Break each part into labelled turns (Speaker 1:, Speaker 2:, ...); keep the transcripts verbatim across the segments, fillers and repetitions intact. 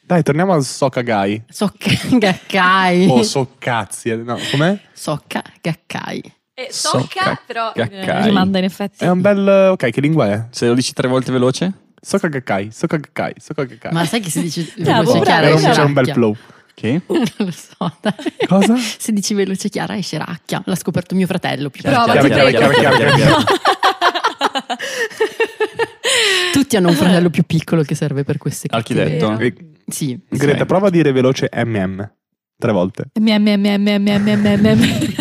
Speaker 1: Dai, torniamo al Soka Gai.
Speaker 2: Socca Gakkai.
Speaker 1: O Soccazzi, no, com'è?
Speaker 2: Socca Gakkai.
Speaker 3: Eh, Socca,
Speaker 4: Socca
Speaker 3: però
Speaker 4: Gakkai.
Speaker 3: eh, rimanda in effetti.
Speaker 1: È un bel... Ok, che lingua è?
Speaker 4: Se lo dici tre volte veloce?
Speaker 1: Soka Gakkai, Soka Gakkai, Soka Gakkai.
Speaker 2: Ma sai che si dice
Speaker 3: Bravo,
Speaker 2: veloce
Speaker 3: bravo.
Speaker 2: chiara
Speaker 1: Era un,
Speaker 2: esce
Speaker 1: c'era un bel
Speaker 2: racchia?
Speaker 1: flow.
Speaker 4: Che?
Speaker 2: Non lo so, dai.
Speaker 1: Cosa?
Speaker 2: Se dici veloce chiara esce racchia. L'ha scoperto mio fratello. Più
Speaker 3: Prova,
Speaker 1: Chiaro,
Speaker 3: ti
Speaker 1: chiaro,
Speaker 3: prego.
Speaker 1: chiaro, chiaro, chiaro.
Speaker 2: Tutti hanno un fratello più piccolo che serve per queste cose.
Speaker 4: Architetto.
Speaker 1: E-
Speaker 2: Sì.
Speaker 1: Greta,
Speaker 4: Sì.
Speaker 1: prova a dire veloce M M. Tre volte.
Speaker 3: Me, me, me, me, me, me, me, me,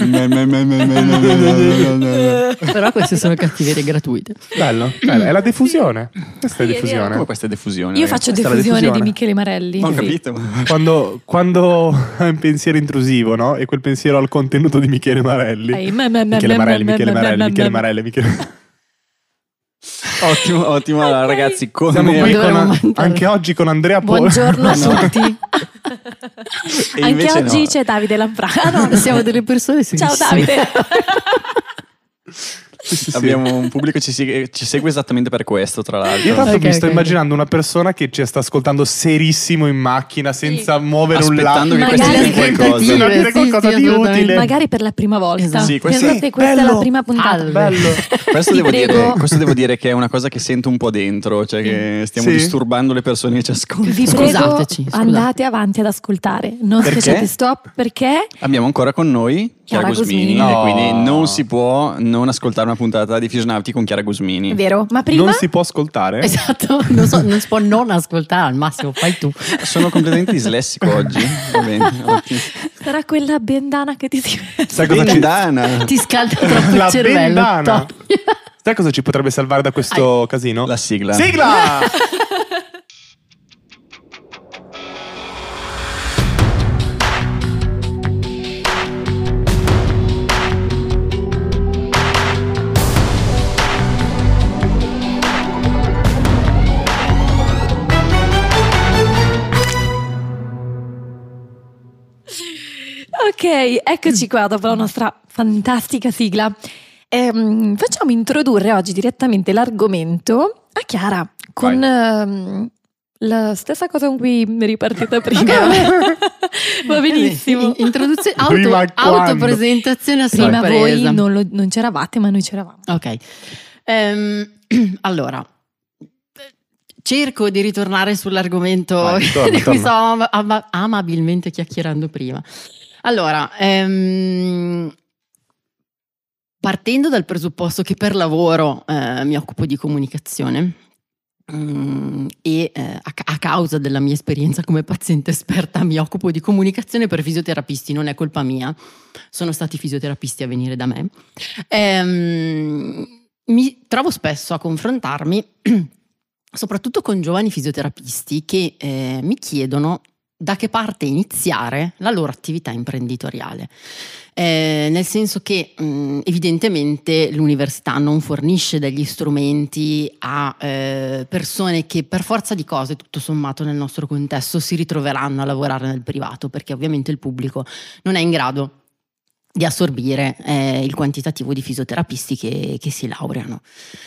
Speaker 3: me.
Speaker 2: Però queste sono cattiverie gratuite.
Speaker 1: Bello, bello. È la diffusione. Questa è
Speaker 3: Sì, è
Speaker 1: diffusione.
Speaker 4: Come questa è diffusione?
Speaker 3: Io
Speaker 4: ragazzi?
Speaker 3: faccio
Speaker 1: Questa è la
Speaker 3: diffusione
Speaker 1: diffusione.
Speaker 3: di Michele Marelli.
Speaker 4: Non ho
Speaker 3: Sì.
Speaker 4: capito.
Speaker 1: Quando, quando hai un pensiero intrusivo, no? E quel pensiero ha il contenuto di Michele Marelli.
Speaker 3: Dai, me, me, me,
Speaker 1: Michele
Speaker 3: me,
Speaker 1: Marelli,
Speaker 3: me,
Speaker 1: Michele
Speaker 3: me,
Speaker 1: Marelli,
Speaker 3: me,
Speaker 1: Michele
Speaker 3: me.
Speaker 1: Marelli, Michele
Speaker 4: Ottimo, ottimo. Allora, ragazzi, come
Speaker 1: Siamo qui
Speaker 2: dovremmo
Speaker 1: con,
Speaker 2: mandare-
Speaker 1: anche oggi con Andrea Pol-
Speaker 3: Buongiorno a
Speaker 4: No.
Speaker 3: tutti.
Speaker 4: E
Speaker 3: Anche
Speaker 4: invece
Speaker 3: oggi
Speaker 4: no.
Speaker 3: c'è Davide Lamprano. Ah, no,
Speaker 2: Siamo delle persone
Speaker 3: Ciao
Speaker 2: serissime.
Speaker 3: Davide.
Speaker 1: Sì, sì, sì.
Speaker 4: Abbiamo un pubblico che ci, si- ci segue esattamente per questo, tra
Speaker 1: Io
Speaker 4: l'altro.
Speaker 1: tanto
Speaker 2: Ok,
Speaker 1: mi sto
Speaker 2: ok.
Speaker 1: immaginando una persona che ci sta ascoltando serissimo in macchina senza muovere un
Speaker 4: Aspettando
Speaker 1: lato.
Speaker 4: che
Speaker 3: Magari
Speaker 4: questi dicano qualcosa.
Speaker 1: Sì, no, dire
Speaker 2: Sì,
Speaker 1: qualcosa
Speaker 2: sì,
Speaker 1: di
Speaker 2: assolutamente.
Speaker 1: utile.
Speaker 3: Magari per la prima volta.
Speaker 2: Esatto.
Speaker 4: Sì, questo-
Speaker 3: Pensate che questa è
Speaker 1: bello.
Speaker 3: la prima puntata.
Speaker 2: Salve.
Speaker 1: Bello.
Speaker 4: Questo
Speaker 3: Ti
Speaker 4: devo,
Speaker 3: prego.
Speaker 4: dire, questo devo dire che è una cosa che sento un po' dentro, cioè che stiamo
Speaker 1: Sì.
Speaker 4: disturbando le persone che ci ascoltano.
Speaker 3: Vi
Speaker 2: Scusateci,
Speaker 3: prego,
Speaker 2: scusate.
Speaker 3: andate avanti ad ascoltare. Non
Speaker 4: Perché?
Speaker 3: facciate stop perché
Speaker 4: Abbiamo ancora con noi Chiara,
Speaker 3: Chiara
Speaker 4: Gusmini,
Speaker 3: Gusmini.
Speaker 4: e
Speaker 1: No.
Speaker 4: quindi non si può non ascoltare una puntata di Fishonauti con Chiara Gusmini.
Speaker 3: è vero, ma prima
Speaker 1: Non si può ascoltare?
Speaker 2: Esatto, non, so, non si può non ascoltare, al massimo fai tu.
Speaker 4: Sono completamente dislessico oggi. Va bene, ottimo.
Speaker 3: sarà quella bendana che ti si
Speaker 1: Sai cosa ci...
Speaker 4: Bendana.
Speaker 2: Ti scalda troppo
Speaker 1: La
Speaker 2: il cervello.
Speaker 1: bendana.
Speaker 2: Top.
Speaker 1: Sai cosa ci potrebbe salvare da questo casino?
Speaker 4: La sigla.
Speaker 1: Sigla!
Speaker 3: Ok, eccoci qua dopo la nostra fantastica sigla. Ehm, facciamo introdurre oggi direttamente l'argomento a Chiara con ehm, la stessa cosa con cui mi ripartita prima. Va benissimo.
Speaker 2: In- Introduzione,
Speaker 1: Prima
Speaker 2: auto,
Speaker 1: quando?
Speaker 2: autopresentazione a
Speaker 3: Prima
Speaker 2: sorpresa.
Speaker 3: voi non, lo- non c'eravate, ma noi c'eravamo.
Speaker 2: Ok. Ehm, allora, cerco di ritornare sull'argomento
Speaker 1: Vai, torna,
Speaker 2: di cui
Speaker 1: torna.
Speaker 2: stavo ama- amabilmente chiacchierando prima. Allora, ehm, partendo dal presupposto che per lavoro eh, mi occupo di comunicazione mm, e eh, a, ca- a causa della mia esperienza come paziente esperta mi occupo di comunicazione per fisioterapisti, non è colpa mia, sono stati fisioterapisti a venire da me. Ehm, mi trovo spesso a confrontarmi soprattutto con giovani fisioterapisti che eh, mi chiedono da che parte iniziare la loro attività imprenditoriale. Eh, nel senso che mh, evidentemente l'università non fornisce degli strumenti a eh, persone che per forza di cose, tutto sommato nel nostro contesto, si ritroveranno a lavorare nel privato, perché ovviamente il pubblico non è in grado di assorbire eh, il quantitativo di fisioterapisti che, che si laureano.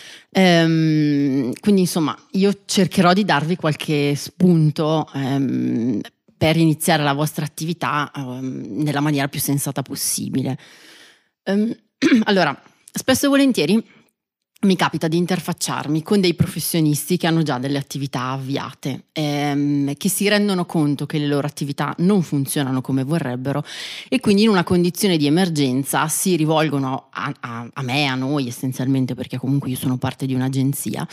Speaker 2: Ehm, quindi insomma io cercherò di darvi qualche spunto ehm, per iniziare la vostra attività ehm, nella maniera più sensata possibile. Ehm, allora, spesso e volentieri mi capita di interfacciarmi con dei professionisti che hanno già delle attività avviate, ehm, che si rendono conto che le loro attività non funzionano come vorrebbero e quindi in una condizione di emergenza si rivolgono a, a, a me, a noi essenzialmente, perché comunque io sono parte di un'agenzia,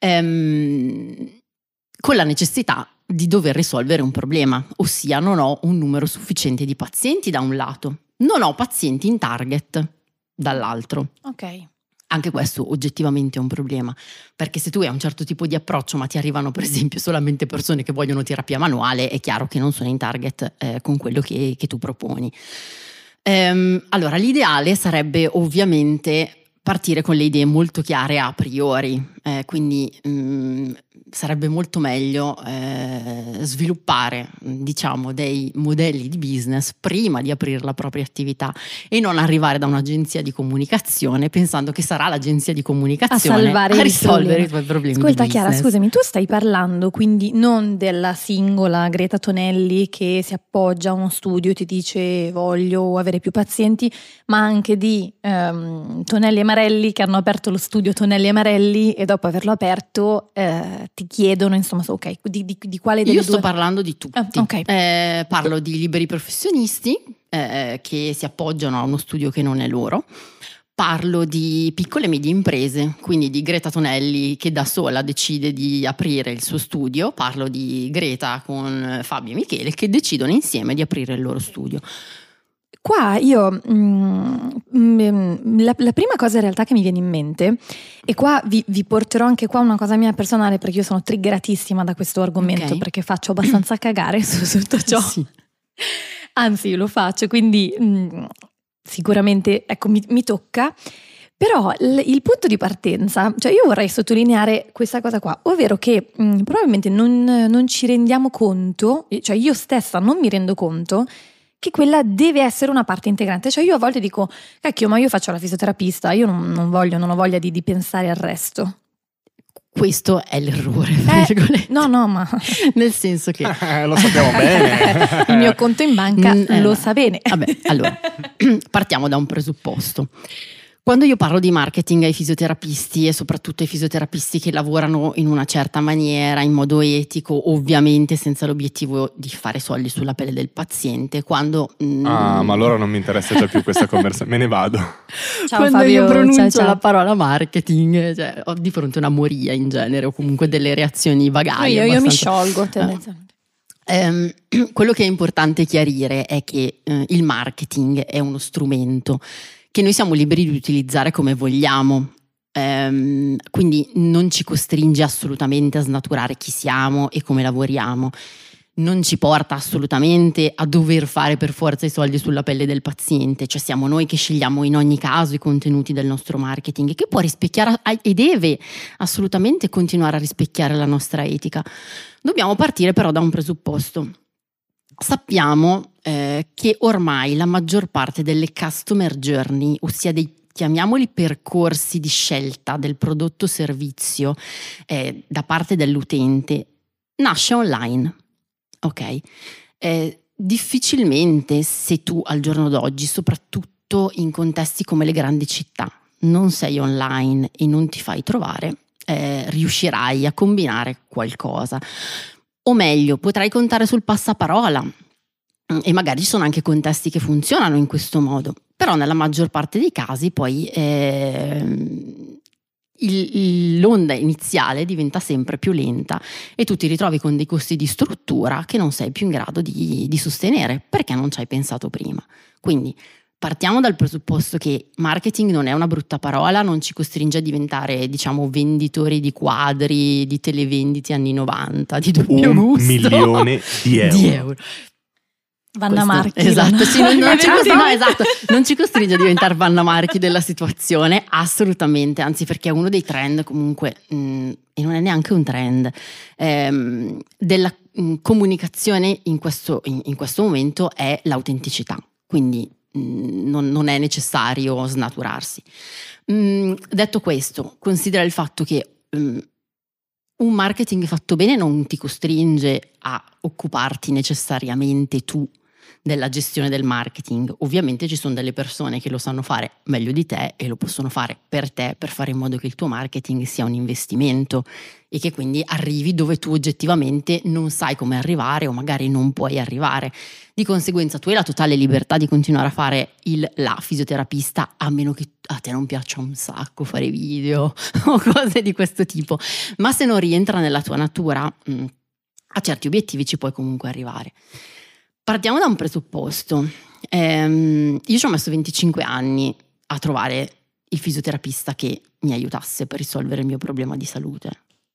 Speaker 2: ehm, con la necessità di dover risolvere un problema, ossia non ho un numero sufficiente di pazienti da un lato, non ho pazienti in target dall'altro.
Speaker 3: Ok.
Speaker 2: Anche questo oggettivamente è un problema, perché se tu hai un certo tipo di approccio ma ti arrivano per esempio solamente persone che vogliono terapia manuale, è chiaro che non sono in target eh, con quello che, che tu proponi. Ehm, allora l'ideale sarebbe ovviamente partire con le idee molto chiare a priori, eh, quindi mh, sarebbe molto meglio eh, sviluppare, diciamo, dei modelli di business prima di aprire la propria attività e non arrivare da un'agenzia di comunicazione pensando che sarà l'agenzia di comunicazione
Speaker 3: a salvare
Speaker 2: a
Speaker 3: il
Speaker 2: risolvere
Speaker 3: problema.
Speaker 2: i tuoi problemi.
Speaker 3: Ascolta
Speaker 2: di
Speaker 3: Chiara,
Speaker 2: business.
Speaker 3: scusami, tu stai parlando quindi non della singola Greta Tonelli che si appoggia a uno studio e ti dice voglio avere più pazienti, ma anche di ehm, Tonelli e Marelli che hanno aperto lo studio Tonelli e Marelli e dopo averlo aperto eh, ti chiedono, insomma, ok, di, di, di quale delle
Speaker 2: Io sto
Speaker 3: due...
Speaker 2: parlando di tutti.
Speaker 3: Ah, ok.
Speaker 2: Eh, parlo di liberi professionisti eh, che si appoggiano a uno studio che non è loro. Parlo di piccole e medie imprese, quindi di Greta Tonelli che da sola decide di aprire il suo studio. Parlo di Greta con Fabio e Michele che decidono insieme di aprire il loro studio.
Speaker 3: Qua io, mm, mm, la, la prima cosa in realtà che mi viene in mente, e qua vi, vi porterò anche qua una cosa mia personale perché io sono triggeratissima da questo argomento,
Speaker 2: Okay.
Speaker 3: perché faccio abbastanza cagare su tutto ciò.
Speaker 2: Sì.
Speaker 3: Anzi, lo faccio, quindi mm, sicuramente ecco, mi, mi tocca. Però l- il punto di partenza, cioè io vorrei sottolineare questa cosa qua, ovvero che mh, probabilmente non, non ci rendiamo conto, cioè io stessa non mi rendo conto che quella deve essere una parte integrante. Cioè io a volte dico, cacchio, ma io faccio la fisioterapista, io non, non voglio, non ho voglia di, di pensare al resto.
Speaker 2: Questo è l'errore,
Speaker 3: Eh,
Speaker 2: virgolette.
Speaker 3: no, no, ma
Speaker 2: Nel senso che
Speaker 1: Eh, lo sappiamo bene.
Speaker 3: il mio conto in banca
Speaker 2: Mm, eh,
Speaker 3: lo
Speaker 2: no.
Speaker 3: sa bene.
Speaker 2: Vabbè, allora, partiamo da un presupposto. Quando io parlo di marketing ai fisioterapisti e soprattutto ai fisioterapisti che lavorano in una certa maniera, in modo etico, ovviamente senza l'obiettivo di fare soldi sulla pelle del paziente, quando... mm,
Speaker 1: Ah, ma allora non mi interessa già più questa conversazione. Me ne vado.
Speaker 3: Ciao
Speaker 2: quando
Speaker 3: Fabio,
Speaker 2: io pronuncio
Speaker 3: ciao, ciao.
Speaker 2: la parola marketing, cioè, ho di fronte una moria in genere o comunque delle reazioni vagali.
Speaker 3: io, io mi
Speaker 2: abbastanza-
Speaker 3: sciolgo
Speaker 2: Eh.
Speaker 3: tendenzialmente.
Speaker 2: Ehm, quello che è importante chiarire è che eh, il marketing è uno strumento che noi siamo liberi di utilizzare come vogliamo, Ehm, quindi non ci costringe assolutamente a snaturare chi siamo e come lavoriamo, non ci porta assolutamente a dover fare per forza i soldi sulla pelle del paziente, cioè siamo noi che scegliamo in ogni caso i contenuti del nostro marketing, che può rispecchiare e deve assolutamente continuare a rispecchiare la nostra etica. Dobbiamo partire però da un presupposto. Sappiamo eh, che ormai la maggior parte delle customer journey, ossia dei, chiamiamoli percorsi di scelta del prodotto o servizio eh, da parte dell'utente, nasce online. Ok? Eh, difficilmente se tu al giorno d'oggi, soprattutto in contesti come le grandi città, non sei online e non ti fai trovare, eh, riuscirai a combinare qualcosa. O meglio, potrai contare sul passaparola e magari ci sono anche contesti che funzionano in questo modo, però nella maggior parte dei casi poi eh, il, l'onda iniziale diventa sempre più lenta e tu ti ritrovi con dei costi di struttura che non sei più in grado di, di sostenere perché non ci hai pensato prima. Quindi partiamo dal presupposto che marketing non è una brutta parola, non ci costringe a diventare, diciamo, venditori di quadri, di televendite anni novanta, di doppio
Speaker 1: Un
Speaker 2: gusto.
Speaker 1: milione di euro.
Speaker 2: Di euro.
Speaker 3: Vanna
Speaker 2: Questo-
Speaker 3: Marchi.
Speaker 2: Esatto,
Speaker 3: Vanna-
Speaker 2: sì, non, non ci
Speaker 3: Mi è
Speaker 2: costringe, no,
Speaker 3: venuto-
Speaker 2: esatto, non ci costringe a diventare Vanna Marchi della situazione, assolutamente, anzi perché è uno dei trend comunque, mh, e non è neanche un trend, ehm, della mh, comunicazione in questo, in, in questo momento è l'autenticità, quindi Non, non è necessario snaturarsi. Mm, detto questo, considera il fatto che mm, un marketing fatto bene non ti costringe a occuparti necessariamente tu della gestione del marketing. Ovviamente ci sono delle persone che lo sanno fare meglio di te e lo possono fare per te, per fare in modo che il tuo marketing sia un investimento e che quindi arrivi dove tu oggettivamente non sai come arrivare o magari non puoi arrivare. Di conseguenza tu hai la totale libertà di continuare a fare il la fisioterapista, a meno che a te non piaccia un sacco fare video o cose di questo tipo, ma se non rientra nella tua natura, mh, a certi obiettivi ci puoi comunque arrivare. Partiamo da un presupposto. Ehm, io ci ho messo venticinque anni a trovare il fisioterapista che mi aiutasse per risolvere il mio problema di salute.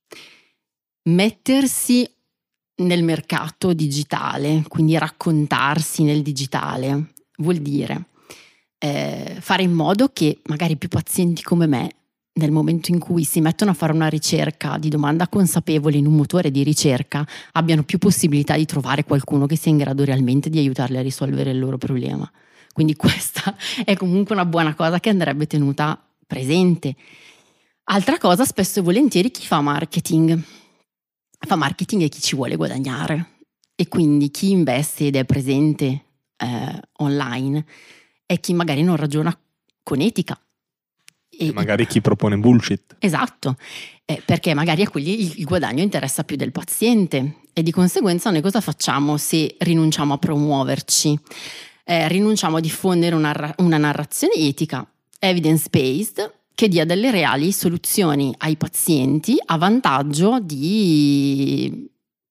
Speaker 2: Mettersi nel mercato digitale, quindi raccontarsi nel digitale, vuol dire eh, fare in modo che magari più pazienti come me nel momento in cui si mettono a fare una ricerca di domanda consapevole in un motore di ricerca, abbiano più possibilità di trovare qualcuno che sia in grado realmente di aiutarli a risolvere il loro problema. Quindi questa è comunque una buona cosa che andrebbe tenuta presente. Altra cosa, spesso e volentieri chi fa marketing fa marketing è chi ci vuole guadagnare, e quindi chi investe ed è presente eh, online è chi magari non ragiona con etica.
Speaker 1: E magari chi propone bullshit.
Speaker 2: Esatto, eh, perché magari a quelli il, il guadagno interessa più del paziente, e di conseguenza noi cosa facciamo se rinunciamo a promuoverci? Eh, rinunciamo a diffondere una, una narrazione etica, evidence-based, che dia delle reali soluzioni ai pazienti a vantaggio di,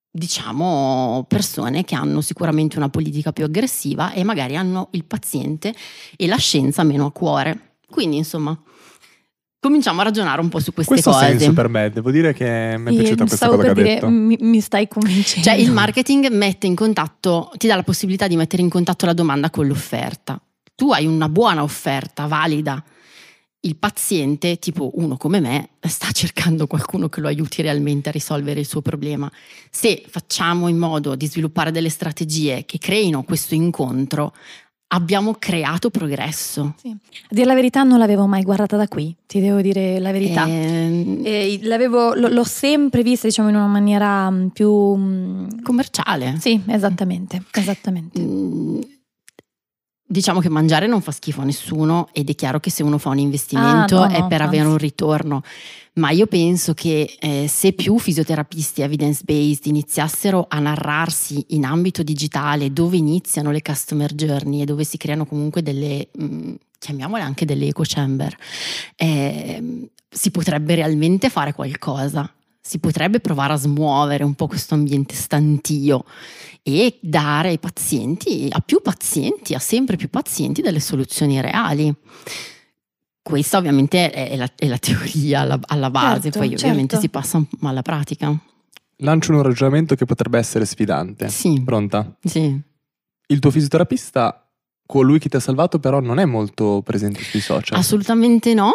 Speaker 2: diciamo, persone che hanno sicuramente una politica più aggressiva e magari hanno il paziente e la scienza meno a cuore. Quindi, insomma, cominciamo a ragionare un po' su queste
Speaker 1: Questo
Speaker 2: cose.
Speaker 1: Questo ha senso per me, devo dire che mi è piaciuta questa
Speaker 3: stavo
Speaker 1: cosa
Speaker 3: per
Speaker 1: che
Speaker 3: dire,
Speaker 1: ha detto.
Speaker 3: Mi, mi stai convincendo.
Speaker 2: Cioè il marketing mette in contatto, ti dà la possibilità di mettere in contatto la domanda con l'offerta. Tu hai una buona offerta, valida. Il paziente, tipo uno come me, sta cercando qualcuno che lo aiuti realmente a risolvere il suo problema. Se facciamo in modo di sviluppare delle strategie che creino questo incontro, abbiamo creato progresso.
Speaker 3: Sì. A dire la verità non l'avevo mai guardata da qui, ti devo dire la verità.
Speaker 2: E...
Speaker 3: E l'avevo, l- l'ho sempre vista, diciamo, in una maniera più
Speaker 2: commerciale.
Speaker 3: Sì, esattamente, esattamente.
Speaker 2: Mm, diciamo che mangiare non fa schifo a nessuno, ed è chiaro che se uno fa un investimento
Speaker 3: ah, no,
Speaker 2: è
Speaker 3: no,
Speaker 2: per
Speaker 3: anzi.
Speaker 2: avere un ritorno. Ma io penso che eh, se più fisioterapisti evidence-based iniziassero a narrarsi in ambito digitale, dove iniziano le customer journey e dove si creano comunque delle, mh, chiamiamole anche delle echo chamber, eh, si potrebbe realmente fare qualcosa. Si potrebbe provare a smuovere un po' questo ambiente stantio e dare ai pazienti, a più pazienti, a sempre più pazienti, delle soluzioni reali. Questa ovviamente è la, è la teoria alla, alla base,
Speaker 3: certo,
Speaker 2: poi ovviamente
Speaker 3: certo.
Speaker 2: si passa alla pratica.
Speaker 1: Lancio un ragionamento che potrebbe essere sfidante.
Speaker 2: Sì.
Speaker 1: Pronta?
Speaker 2: Sì.
Speaker 1: Il tuo fisioterapista, colui che ti ha salvato, però non è molto presente sui social.
Speaker 2: Assolutamente no.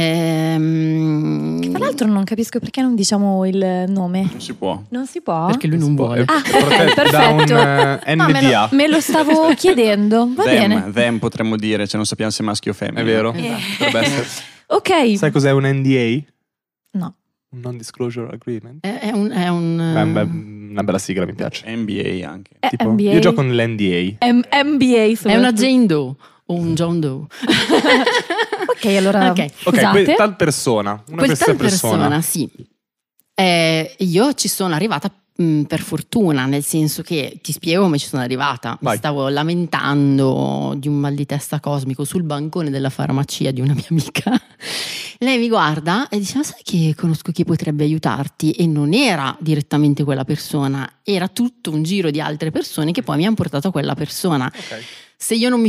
Speaker 2: Ehm...
Speaker 3: Tra l'altro non capisco perché non diciamo il nome.
Speaker 4: Non si può.
Speaker 3: Non si può?
Speaker 2: Perché lui non vuole.
Speaker 3: Ah,
Speaker 1: protetto
Speaker 3: ok,
Speaker 1: da un
Speaker 3: perfetto.
Speaker 1: uh,
Speaker 3: No,
Speaker 1: N
Speaker 3: me,
Speaker 1: D A.
Speaker 3: lo, me lo stavo chiedendo, va
Speaker 4: them,
Speaker 3: bene.
Speaker 4: them potremmo dire, cioè non sappiamo se maschio o femmina.
Speaker 1: È vero?
Speaker 2: Esatto.
Speaker 1: Potrebbe essere.
Speaker 3: Ok.
Speaker 1: Sai cos'è un N D A?
Speaker 3: No.
Speaker 1: Un non-disclosure agreement?
Speaker 2: È, è un... È un
Speaker 1: Beh, beh, una bella sigla, mi piace.
Speaker 4: N B A anche.
Speaker 3: È
Speaker 1: Tipo,
Speaker 3: M B A.
Speaker 1: io gioco nell'N D A.
Speaker 3: M- M B A
Speaker 2: è
Speaker 3: soprattutto.
Speaker 2: una Jane Doe o un John Doe.
Speaker 3: Ok, allora
Speaker 2: Ok.
Speaker 1: Ok,
Speaker 3: scusate.
Speaker 1: que- tal persona, una
Speaker 2: Questa
Speaker 1: questa persona.
Speaker 2: persona, sì. Eh, io ci sono arrivata mh, per fortuna, nel senso che ti spiego come ci sono arrivata. Mi
Speaker 1: Vai.
Speaker 2: stavo lamentando di un mal di testa cosmico sul bancone della farmacia di una mia amica. Lei mi guarda e dice: ma sai che conosco chi potrebbe aiutarti? E non era direttamente quella persona, era tutto un giro di altre persone che poi mi hanno portato a quella persona.
Speaker 1: Ok.
Speaker 2: Se io non mi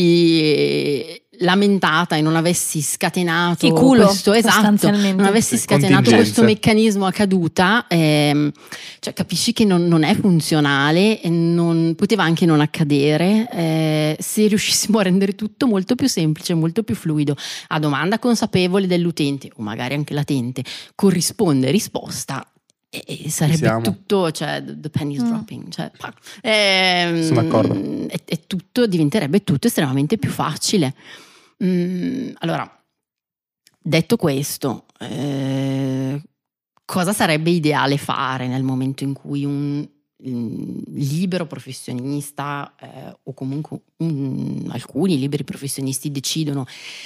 Speaker 2: fossi lamentata e non avessi scatenato
Speaker 3: Sì, culo,
Speaker 2: questo, esatto,
Speaker 3: sostanzialmente.
Speaker 2: non avessi
Speaker 1: Sì,
Speaker 2: scatenato
Speaker 1: contingenze.
Speaker 2: questo meccanismo a caduta, ehm, cioè capisci che non, non è funzionale, e non, poteva anche non accadere, eh, se riuscissimo a rendere tutto molto più semplice, molto più fluido, a domanda consapevole dell'utente o magari anche latente, corrisponde risposta. E e sarebbe
Speaker 1: siamo.
Speaker 2: tutto, cioè the penny is
Speaker 3: Mm.
Speaker 2: dropping, cioè, ehm,
Speaker 1: Sono d'accordo.
Speaker 2: e, e tutto diventerebbe tutto estremamente più facile. Mm, allora, detto questo, eh, cosa sarebbe ideale fare nel momento in cui un mm, libero professionista eh, o comunque un- alcuni liberi professionisti decidono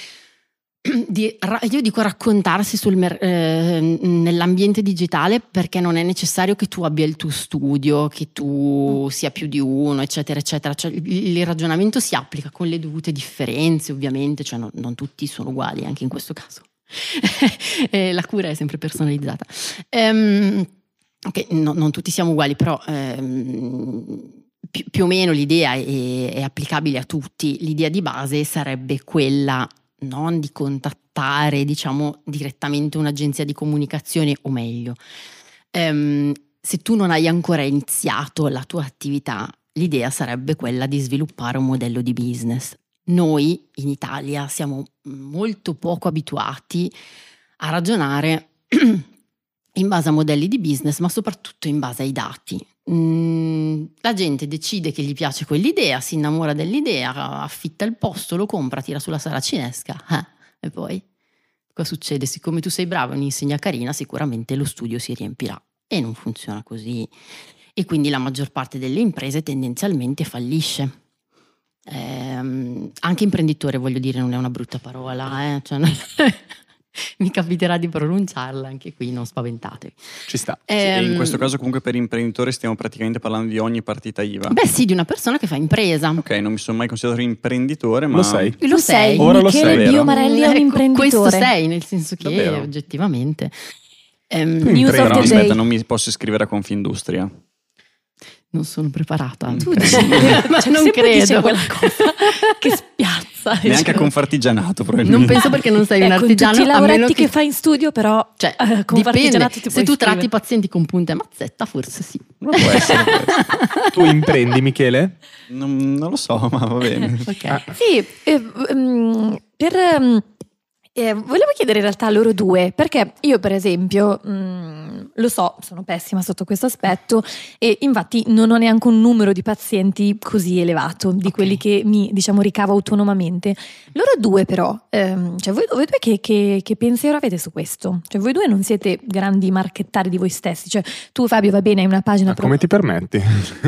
Speaker 2: di, ra- io dico raccontarsi sul mer- eh, nell'ambiente digitale, perché non è necessario che tu abbia il tuo studio, che tu sia più di uno, eccetera eccetera, cioè, il, il ragionamento si applica con le dovute differenze, ovviamente, cioè non, non tutti sono uguali anche in questo caso. Eh, la cura è sempre personalizzata. Ehm, ok, no- non tutti siamo uguali, però ehm, più, più o meno l'idea è, è applicabile a tutti. L'idea di base sarebbe quella non di contattare, diciamo, direttamente un'agenzia di comunicazione, o meglio, ehm, se tu non hai ancora iniziato la tua attività, l'idea sarebbe quella di sviluppare un modello di business. Noi in Italia siamo molto poco abituati a ragionare in base a modelli di business, ma soprattutto in base ai dati. Mm, la gente decide che gli piace quell'idea, si innamora dell'idea, affitta il posto, lo compra, tira sulla saracinesca, eh, e poi cosa succede? Siccome tu sei bravo e un'insegna carina, sicuramente lo studio si riempirà, e non funziona così, e quindi la maggior parte delle imprese tendenzialmente fallisce. Eh, anche imprenditore, voglio dire, non è una brutta parola, eh? Cioè, non... mi capiterà di pronunciarla anche qui, non spaventatevi.
Speaker 1: Ci sta.
Speaker 4: Sì, e in
Speaker 2: Ehm,
Speaker 4: questo caso comunque per imprenditore stiamo praticamente parlando di ogni partita I V A.
Speaker 2: Beh sì, di una persona che fa impresa.
Speaker 4: Ok, non mi sono mai considerato imprenditore, ma
Speaker 1: Lo sei.
Speaker 2: Lo sei.
Speaker 1: Ora lo
Speaker 3: Michele
Speaker 1: sei.
Speaker 3: Dio Marelli è un
Speaker 2: Ecco,
Speaker 3: imprenditore.
Speaker 2: questo sei, nel senso che
Speaker 4: Davvero?
Speaker 2: oggettivamente ehm,
Speaker 1: Tu
Speaker 3: News of
Speaker 1: Però
Speaker 3: the
Speaker 4: aspetta,
Speaker 3: day.
Speaker 4: non mi posso iscrivere a Confindustria.
Speaker 2: non sono preparata.
Speaker 4: Tu
Speaker 2: Ma
Speaker 3: Cioè,
Speaker 2: non
Speaker 3: sempre dice
Speaker 2: credo.
Speaker 3: quella cosa che spiazza.
Speaker 4: Neanche a
Speaker 3: Cioè,
Speaker 4: Confartigianato, probabilmente.
Speaker 2: Non penso, perché non sei un
Speaker 3: eh, con
Speaker 2: artigiano.
Speaker 3: tutti i
Speaker 2: a meno
Speaker 3: lavoretti che...
Speaker 2: che
Speaker 3: fai in studio, però
Speaker 2: Cioè,
Speaker 3: eh, con
Speaker 2: dipende.
Speaker 3: artigianato ti
Speaker 2: Se
Speaker 3: puoi
Speaker 2: tu tratti i
Speaker 3: iscrivere.
Speaker 2: pazienti con punta e mazzetta, forse sì.
Speaker 4: Ma può essere, può essere.
Speaker 1: Tu imprendi, Michele?
Speaker 4: Non, non lo so, ma va bene.
Speaker 2: Ok.
Speaker 1: Ah.
Speaker 3: Sì, eh, mm, per, mm, eh, volevo chiedere in realtà a loro due, perché io per esempio, mm, lo so, sono pessima sotto questo aspetto e infatti non ho neanche un numero di pazienti così elevato, di
Speaker 2: Ok.
Speaker 3: quelli che mi, diciamo, ricavo autonomamente. Loro due però, ehm, cioè voi, voi due che, che, che pensiero avete su questo? Cioè voi due non siete grandi marchettari di voi stessi, cioè tu Fabio va bene, hai una pagina...
Speaker 1: Ma come ti permetti?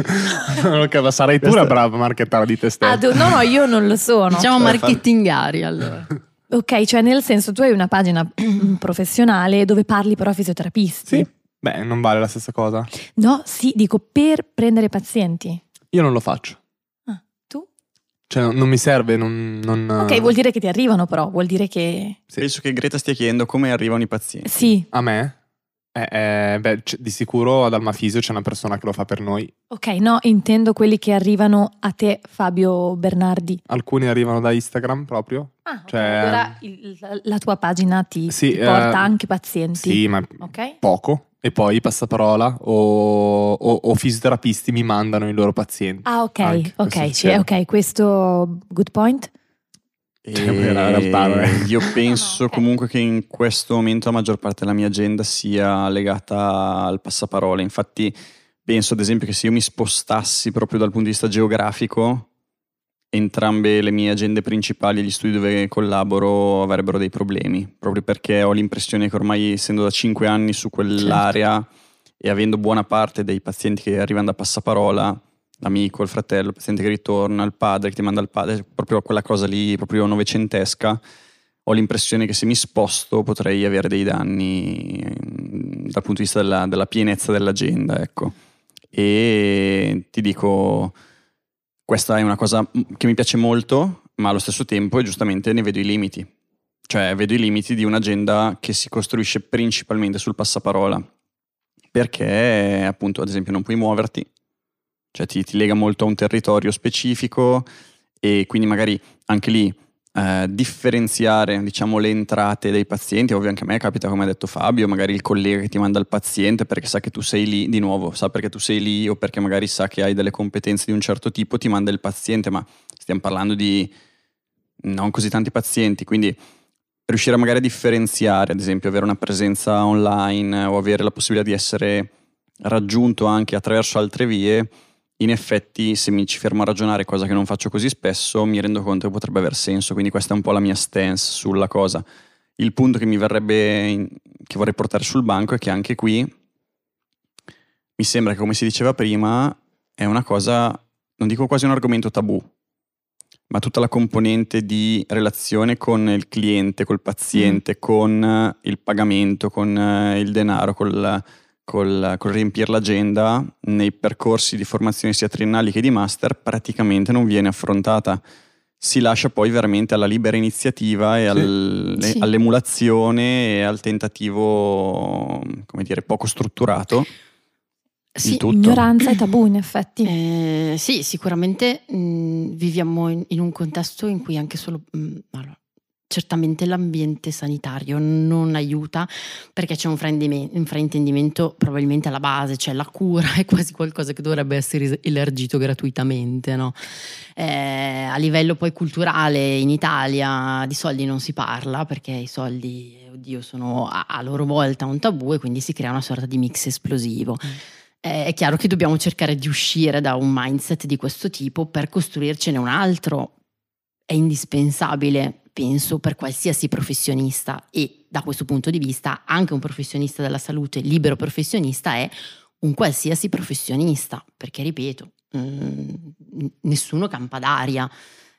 Speaker 1: Ok, sarai tu
Speaker 4: Questa-
Speaker 1: la brava marchettara di te stesso.
Speaker 3: Ah, do- no, no, io non lo sono.
Speaker 2: Diciamo
Speaker 4: Cioè,
Speaker 2: marketingari, allora.
Speaker 3: Ok, cioè nel senso tu hai una pagina professionale dove parli però a fisioterapisti.
Speaker 1: Sì? Beh, non vale la stessa cosa.
Speaker 3: No, sì, dico per prendere pazienti.
Speaker 1: Io non lo faccio.
Speaker 3: Ah, tu?
Speaker 1: Cioè, non, non mi serve, non... non
Speaker 3: Ok, vuol dire che ti arrivano però, vuol dire che...
Speaker 1: Sì.
Speaker 4: Penso che Greta stia chiedendo come arrivano i pazienti.
Speaker 3: Sì,
Speaker 1: A me? Eh, eh, beh, c- di sicuro ad Almafisio c'è una persona che lo fa per noi.
Speaker 3: ok, no, intendo quelli che arrivano a te, Fabio Bernardi.
Speaker 1: Alcuni arrivano da Instagram proprio.
Speaker 3: Ah, ok,
Speaker 1: Cioè,
Speaker 3: allora il- la, la tua pagina ti,
Speaker 1: Sì,
Speaker 3: ti porta
Speaker 1: eh,
Speaker 3: anche pazienti.
Speaker 1: Sì, ma
Speaker 3: Ok?
Speaker 1: poco. E poi passaparola o, o, o fisioterapisti mi mandano i loro pazienti.
Speaker 3: Ah, ok,
Speaker 1: Anche, questo
Speaker 3: ok, sì,
Speaker 1: succede.
Speaker 3: ok, questo good point.
Speaker 4: E
Speaker 1: Cioè, in realtà, vabbè.
Speaker 4: io penso
Speaker 3: No, no, ok.
Speaker 4: comunque che in questo momento la maggior parte della mia agenda sia legata al passaparola. Infatti penso ad esempio che se io mi spostassi proprio dal punto di vista geografico, entrambe le mie agende principali e gli studi dove collaboro avrebbero dei problemi, proprio perché ho l'impressione che ormai essendo da cinque anni su quell'area e avendo buona parte dei pazienti che arrivano da passaparola, l'amico, il fratello, il paziente che ritorna, il padre che ti manda il padre, proprio quella cosa lì proprio novecentesca, ho l'impressione che se mi sposto potrei avere dei danni mm, dal punto di vista della, della pienezza dell'agenda, ecco. E ti dico, questa è una cosa che mi piace molto, ma allo stesso tempo giustamente ne vedo i limiti. Cioè vedo i limiti di un'agenda che si costruisce principalmente sul passaparola, perché appunto ad esempio non puoi muoverti, cioè ti, ti lega molto a un territorio specifico e quindi magari anche lì eh, differenziare, diciamo, le entrate dei pazienti. Ovvio anche a me capita, come ha detto Fabio, magari il collega che ti manda il paziente perché sa che tu sei lì, di nuovo, sa perché tu sei lì o perché magari sa che hai delle competenze di un certo tipo, ti manda il paziente, ma stiamo parlando di non così tanti pazienti, quindi riuscire magari a differenziare, ad esempio avere una presenza online o avere la possibilità di essere raggiunto anche attraverso altre vie, in effetti se mi ci fermo a ragionare, cosa che non faccio così spesso, mi rendo conto che potrebbe aver senso, quindi questa è un po' la mia stance sulla cosa. Il punto che mi verrebbe, in- che vorrei portare sul banco è che anche qui mi sembra che, come si diceva prima, è una cosa, non dico quasi un argomento tabù, ma tutta la componente di relazione con il cliente, col paziente, con eh, il pagamento, con eh, il denaro, col, col, col riempire l'agenda nei percorsi di formazione sia triennali che di master praticamente non viene affrontata. Si lascia poi veramente alla libera iniziativa e al-
Speaker 2: Sì.
Speaker 4: all'emulazione e al tentativo, come dire, poco strutturato.
Speaker 2: Sì,
Speaker 4: tutto.
Speaker 3: Ignoranza e tabù, in effetti.
Speaker 2: Eh, sì, sicuramente mh, viviamo in, in un contesto in cui anche solo mh, allora, certamente l'ambiente sanitario non aiuta, perché c'è un fraintendime- un fraintendimento probabilmente alla base, cioè la cura è quasi qualcosa che dovrebbe essere elargito gratuitamente, no? Eh, a livello poi culturale in Italia di soldi non si parla, perché i soldi, oddio, sono a, a loro volta un tabù, e quindi si crea una sorta di mix esplosivo. Mm. Eh, è chiaro che dobbiamo cercare di uscire da un mindset di questo tipo per costruircene un altro. È indispensabile, penso, per qualsiasi professionista, e da questo punto di vista anche un professionista della salute, libero professionista, è un qualsiasi professionista, perché ripeto, mh, nessuno campa d'aria,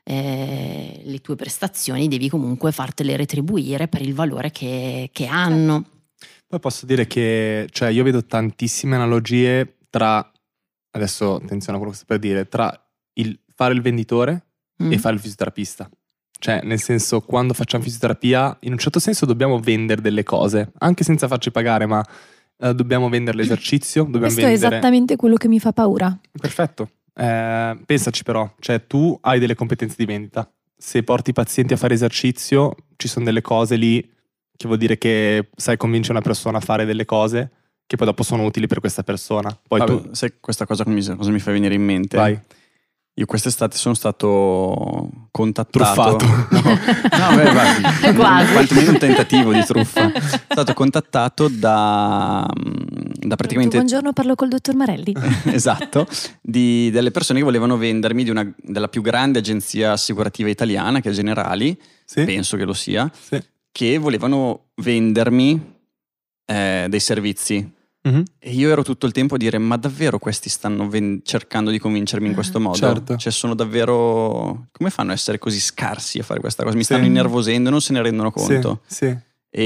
Speaker 2: eh, le tue prestazioni devi comunque fartele retribuire per il valore che, che hanno.
Speaker 1: Poi posso dire che, cioè, io vedo tantissime analogie tra, adesso attenzione a quello che sto per dire, tra il fare il venditore mm. e fare il fisioterapista. Cioè, nel senso, quando facciamo fisioterapia, in un certo senso dobbiamo vendere delle cose, anche senza farci pagare, ma uh, dobbiamo vendere l'esercizio, dobbiamo
Speaker 3: Questo
Speaker 1: vendere...
Speaker 3: è esattamente quello che mi fa paura.
Speaker 1: Perfetto. Eh, pensaci però, cioè tu hai delle competenze di vendita. Se porti i pazienti a fare esercizio, ci sono delle cose lì che vuol dire che sai convincere una persona a fare delle cose che poi dopo sono utili per questa persona. Poi
Speaker 4: Vabbè,
Speaker 1: tu...
Speaker 4: sai questa cosa cosa mi fa venire in mente?
Speaker 1: Vai.
Speaker 4: Io quest'estate sono stato contattato.
Speaker 1: Truffato.
Speaker 4: No, no beh, vai.
Speaker 2: Quasi.
Speaker 4: Quantomeno un tentativo di truffa. Sono stato contattato da, da praticamente...
Speaker 3: Buongiorno, parlo col dottor Marelli.
Speaker 4: Esatto, di, delle persone che volevano vendermi di una, della più grande agenzia assicurativa italiana, che è Generali,
Speaker 1: sì?
Speaker 4: penso che lo sia,
Speaker 1: sì.
Speaker 4: che volevano vendermi eh, dei servizi.
Speaker 1: Mm-hmm.
Speaker 4: E io ero tutto il tempo a dire: ma davvero questi stanno ven- cercando di convincermi in questo modo?
Speaker 1: Certo.
Speaker 4: Cioè sono davvero... come fanno a essere così scarsi a fare questa cosa? Mi
Speaker 1: sì.
Speaker 4: stanno innervosendo e non se ne rendono conto.
Speaker 1: Sì, sì.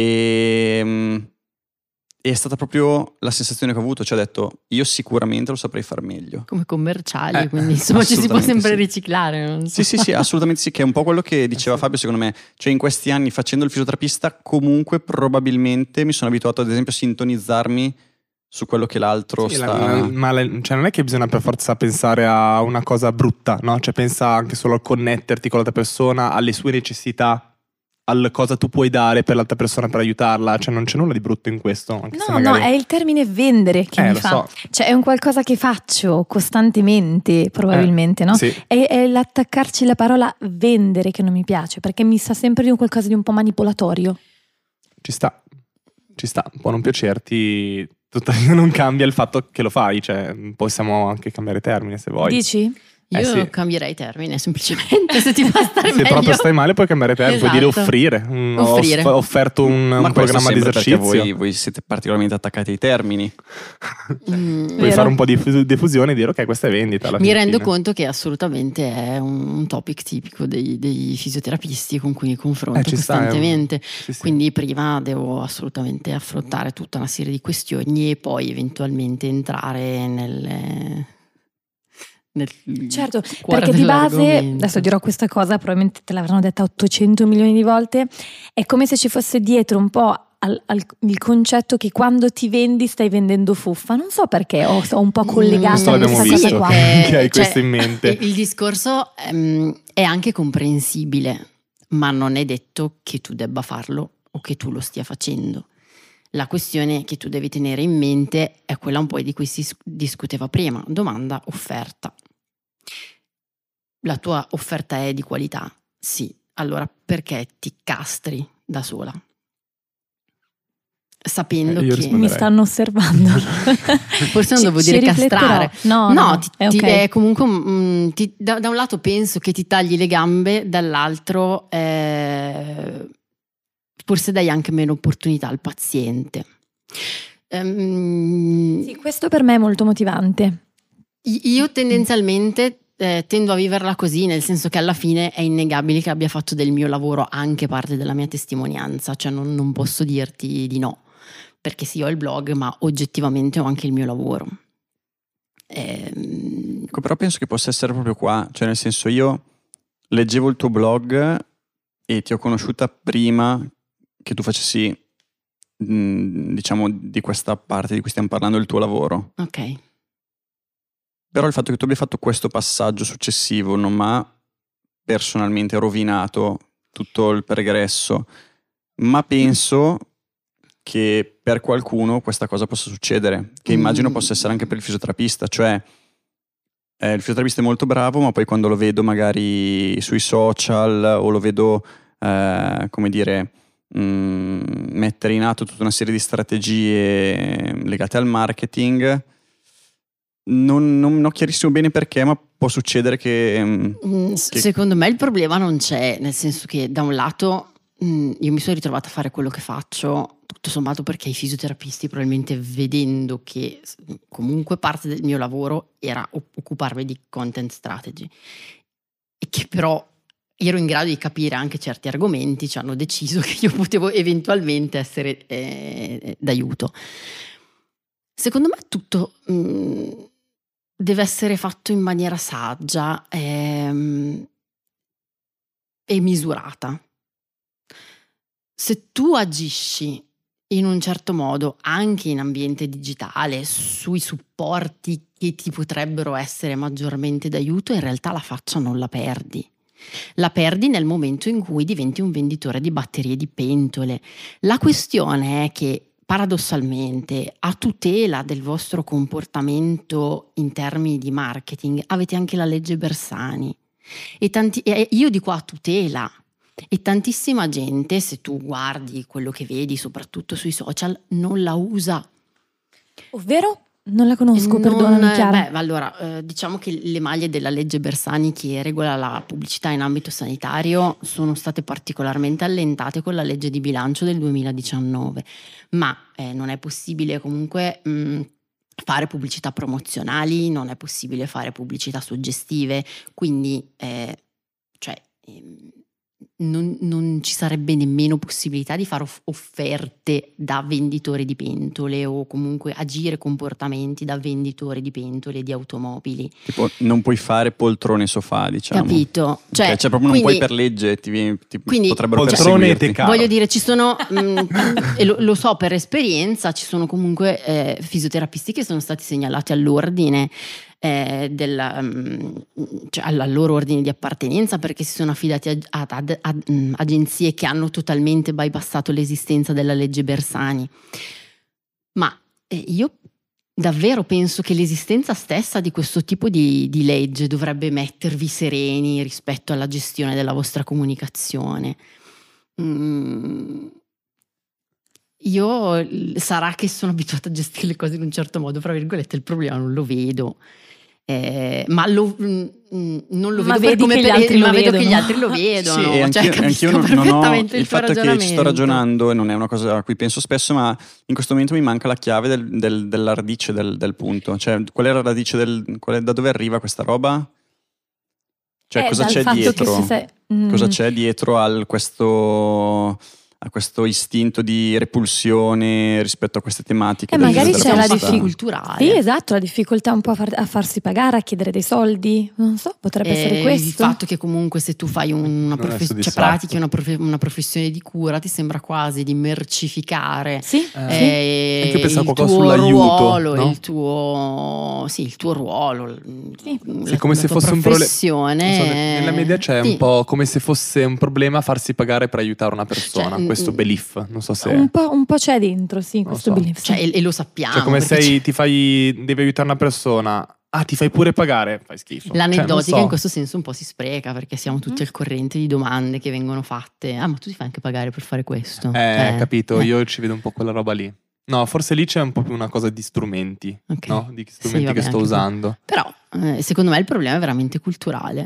Speaker 4: E... E è stata proprio la sensazione che ho avuto, cioè ho detto: io sicuramente lo saprei far meglio.
Speaker 2: Come commerciali,
Speaker 1: eh,
Speaker 2: quindi insomma ci si può sempre
Speaker 4: sì.
Speaker 2: riciclare. Non so.
Speaker 4: Sì, sì, sì, assolutamente sì, che è un po' quello che diceva Fabio, secondo me. Cioè in questi anni facendo il fisioterapista comunque probabilmente mi sono abituato ad esempio a sintonizzarmi su quello che l'altro
Speaker 1: sì,
Speaker 4: sta...
Speaker 1: La, ma la, cioè non è che bisogna per forza pensare a una cosa brutta, no? Cioè pensa anche solo a connetterti con l'altra persona, alle sue necessità, al cosa tu puoi dare per l'altra persona per aiutarla, cioè non c'è nulla di brutto in questo. Anche
Speaker 3: No,
Speaker 1: se magari...
Speaker 3: no, è il termine vendere che
Speaker 1: eh,
Speaker 3: mi
Speaker 1: lo
Speaker 3: fa.
Speaker 1: So.
Speaker 3: Cioè è un qualcosa che faccio costantemente, probabilmente,
Speaker 1: eh,
Speaker 3: no?
Speaker 1: Sì.
Speaker 3: È, è l'attaccarci la parola vendere che non mi piace, perché mi sa sempre di un qualcosa di un po' manipolatorio.
Speaker 1: Ci sta, ci sta, può non piacerti, tuttavia non cambia il fatto che lo fai, cioè possiamo anche cambiare termine se vuoi.
Speaker 3: Dici?
Speaker 2: Io
Speaker 1: Eh sì.
Speaker 2: cambierei termine semplicemente se ti fa stare
Speaker 1: Se
Speaker 2: meglio.
Speaker 1: proprio stai male puoi cambiare termine,
Speaker 2: Esatto.
Speaker 1: puoi dire offrire. Mm,
Speaker 2: Offrire.
Speaker 1: Ho offerto un,
Speaker 4: Ma
Speaker 1: un programma di esercizio.
Speaker 4: Voi, voi siete particolarmente attaccati ai termini.
Speaker 2: Mm,
Speaker 1: Puoi
Speaker 3: Vero.
Speaker 1: fare un po' di diffu- diffusione e dire ok, questa è vendita. alla
Speaker 2: Mi
Speaker 1: fine.
Speaker 2: rendo conto che assolutamente è un, un topic tipico dei, dei fisioterapisti con cui mi confronto
Speaker 1: Eh, ci sta,
Speaker 2: costantemente.
Speaker 1: Sì, sì.
Speaker 2: Quindi prima devo assolutamente affrontare tutta una serie di questioni e poi eventualmente entrare nelle... nel
Speaker 3: Certo,
Speaker 2: cuore
Speaker 3: perché di base,
Speaker 2: dell'argomento.
Speaker 3: adesso dirò questa cosa, probabilmente te l'avranno detta ottocento milioni di volte, è come se ci fosse dietro un po' al, al, il concetto che quando ti vendi stai vendendo fuffa. Non so perché ho, ho un po' collegato
Speaker 1: Questo
Speaker 3: a
Speaker 1: l'abbiamo
Speaker 3: questa
Speaker 1: visto.
Speaker 3: cosa qua.
Speaker 2: che-
Speaker 1: Che hai
Speaker 2: cioè,
Speaker 1: questo in mente.
Speaker 2: Il, il discorso ehm, è anche comprensibile, ma non è detto che tu debba farlo o che tu lo stia facendo. La questione che tu devi tenere in mente è quella un po' di cui si discuteva prima, domanda offerta. La tua offerta è di qualità? Sì. Allora perché ti castri da sola? Sapendo
Speaker 1: Eh, io
Speaker 2: che...
Speaker 1: risponderei.
Speaker 3: Mi stanno osservando.
Speaker 2: Forse non
Speaker 3: Ci-
Speaker 2: devo
Speaker 3: ci
Speaker 2: dire
Speaker 3: rifletterò.
Speaker 2: castrare.
Speaker 3: No,
Speaker 2: No,
Speaker 3: no,
Speaker 2: ti,
Speaker 3: è
Speaker 2: ti-
Speaker 3: ok.
Speaker 2: è comunque mm, ti- da, da un lato penso che ti tagli le gambe, dall'altro eh, forse dai anche meno opportunità al paziente. Ehm,
Speaker 3: Sì, questo per me è molto motivante.
Speaker 2: io tendenzialmente eh, tendo a viverla così, nel senso che alla fine è innegabile che abbia fatto del mio lavoro anche parte della mia testimonianza, cioè non, non posso dirti di no, perché sì, ho il blog, ma oggettivamente ho anche il mio lavoro. Ehm,
Speaker 4: Ecco, però penso che possa essere proprio qua, cioè nel senso, io leggevo il tuo blog e ti ho conosciuta prima che tu facessi, mh, diciamo, di questa parte di cui stiamo parlando, il tuo lavoro.
Speaker 2: ok.
Speaker 4: Però il fatto che tu abbia fatto questo passaggio successivo non mi ha personalmente rovinato tutto il pregresso, ma penso che per qualcuno questa cosa possa succedere, che immagino
Speaker 2: Mm.
Speaker 4: possa essere anche per il fisioterapista, cioè eh, il fisioterapista è molto bravo, ma poi quando lo vedo magari sui social o lo vedo, eh, come dire, mh, mettere in atto tutta una serie di strategie legate al marketing, non, non, non ho chiarissimo bene perché, ma può succedere che... mh,
Speaker 2: Mm, s-
Speaker 4: che-
Speaker 2: Secondo me il problema non c'è, nel senso che da un lato mm, io mi sono ritrovata a fare quello che faccio tutto sommato perché i fisioterapisti, probabilmente vedendo che s- comunque parte del mio lavoro era oc- occuparmi di content strategy e che però ero in grado di capire anche certi argomenti, ci hanno deciso che io potevo eventualmente essere eh, d'aiuto. Secondo me tutto mm, deve essere fatto in maniera saggia ehm, e misurata. Se tu agisci in un certo modo anche in ambiente digitale, sui supporti che ti potrebbero essere maggiormente d'aiuto, in realtà la faccia non la perdi. La perdi nel momento in cui diventi un venditore di batterie di pentole. La questione è che paradossalmente, a tutela del vostro comportamento in termini di marketing, avete anche la legge Bersani. E, tanti, e io dico a tutela. E tantissima gente, se tu guardi quello che vedi, soprattutto sui social, non la usa.
Speaker 3: Ovvero? Non la conosco,
Speaker 2: Non-
Speaker 3: perdonami Chiara.
Speaker 2: Beh, allora, eh, diciamo che le maglie della legge Bersani che regola la pubblicità in ambito sanitario sono state particolarmente allentate con la legge di bilancio del duemiladiciannove, ma eh, non è possibile comunque mh, fare pubblicità promozionali, non è possibile fare pubblicità suggestive, quindi eh, cioè, ehm, non, non ci sarebbe nemmeno possibilità di fare off- offerte da venditore di pentole o comunque agire comportamenti da venditore di pentole di automobili.
Speaker 4: tipo, non puoi fare poltrone sofà, diciamo.
Speaker 2: Capito? Cioè,
Speaker 4: Cioè, cioè, proprio non puoi
Speaker 2: quindi-
Speaker 4: per legge, ti, viene- ti
Speaker 2: quindi-
Speaker 4: potrebbero
Speaker 1: Poltrone e
Speaker 4: perseguirti.
Speaker 1: teca-
Speaker 2: Voglio dire, ci sono, mh, e lo, lo so per esperienza, ci sono comunque eh, fisioterapisti che sono stati segnalati all'ordine, eh, della, mh, cioè alla loro ordine di appartenenza perché si sono affidati a, ad, ad- ad- mh, agenzie che hanno totalmente bypassato l'esistenza della legge Bersani. Ma eh, io davvero penso che l'esistenza stessa di questo tipo di, di legge dovrebbe mettervi sereni rispetto alla gestione della vostra comunicazione. Mm, io l- sarà che sono abituata a gestire le cose in un certo modo, fra virgolette, il problema non lo vedo. Eh, ma lo, mm, mm, non lo
Speaker 3: Ma
Speaker 2: vedo per
Speaker 3: vedi
Speaker 2: come
Speaker 3: che gli
Speaker 2: per-
Speaker 3: altri
Speaker 2: ma
Speaker 3: lo
Speaker 2: vedo che
Speaker 3: vedono.
Speaker 2: gli altri lo vedono.
Speaker 4: Sì, e
Speaker 2: cioè,
Speaker 4: anch'io,
Speaker 2: capisco
Speaker 4: anch'io non, non ho
Speaker 2: perfettamente
Speaker 4: il
Speaker 2: tuo
Speaker 4: fatto che ci sto
Speaker 2: ragionamento.
Speaker 4: ragionando e non è una cosa a cui penso spesso, ma in questo momento mi manca la chiave del, del- della radice del, del punto. Cioè, qual è la radice del, qual è- da dove arriva questa roba? Cioè,
Speaker 3: Eh,
Speaker 4: cosa
Speaker 3: dal
Speaker 4: c'è
Speaker 3: fatto che
Speaker 4: dietro?
Speaker 3: se sei- mm.
Speaker 4: Cosa c'è dietro al questo, a questo istinto di repulsione rispetto a queste tematiche?
Speaker 3: Eh,
Speaker 4: del
Speaker 3: magari
Speaker 2: Questo
Speaker 3: c'è
Speaker 2: è
Speaker 3: la
Speaker 2: un fatto
Speaker 3: difficoltà.
Speaker 2: culturale.
Speaker 3: Sì, esatto, la difficoltà un po' a, far- a farsi pagare, a chiedere dei soldi. Non so, potrebbe essere
Speaker 2: Eh,
Speaker 3: questo.
Speaker 2: Il fatto che comunque se tu fai una
Speaker 1: Non è
Speaker 2: professione, cioè
Speaker 1: soddisfatto.
Speaker 2: pratichi una, profe- una professione di cura, ti sembra quasi di mercificare
Speaker 3: Sì,
Speaker 1: Eh,
Speaker 3: sì.
Speaker 2: eh,
Speaker 1: Anche io pensavo
Speaker 2: il
Speaker 1: qualcosa
Speaker 2: tuo
Speaker 1: sull'aiuto,
Speaker 2: ruolo,
Speaker 1: no?
Speaker 2: il tuo sì, il tuo ruolo,
Speaker 3: Sì.
Speaker 2: la,
Speaker 1: Sì, come
Speaker 2: la
Speaker 1: se
Speaker 2: tua
Speaker 1: fosse un problema.
Speaker 2: professione.
Speaker 1: Nella mia idea c'è
Speaker 2: Sì.
Speaker 1: un po' come se fosse un problema farsi pagare per aiutare una persona.
Speaker 2: Cioè,
Speaker 1: questo
Speaker 2: mm,
Speaker 1: belief, non so se.
Speaker 3: Un po', un po' c'è dentro, sì,
Speaker 1: Non
Speaker 3: questo
Speaker 1: lo so.
Speaker 3: belief. sì.
Speaker 2: Cioè, e, e lo sappiamo.
Speaker 1: Cioè, come
Speaker 2: perché
Speaker 1: sei, ti fai, devi aiutare una persona. Ah, ti fai pure pagare? Fai schifo. Cioè, non
Speaker 2: l'aneddotica
Speaker 1: so.
Speaker 2: in questo senso un po' si spreca perché siamo tutti
Speaker 3: Mhm.
Speaker 2: al corrente di domande che vengono fatte. Ah, ma tu ti fai anche pagare per fare questo?
Speaker 1: Eh,
Speaker 2: Cioè,
Speaker 1: capito,
Speaker 2: eh,
Speaker 1: io ci vedo un po' quella roba lì. No, forse lì c'è un po' più una cosa di strumenti,
Speaker 2: ok.
Speaker 1: no? Di
Speaker 2: Sì,
Speaker 1: strumenti
Speaker 2: vabbè,
Speaker 1: che sto
Speaker 2: anche
Speaker 1: usando.
Speaker 2: Però, eh, secondo me il problema è veramente culturale.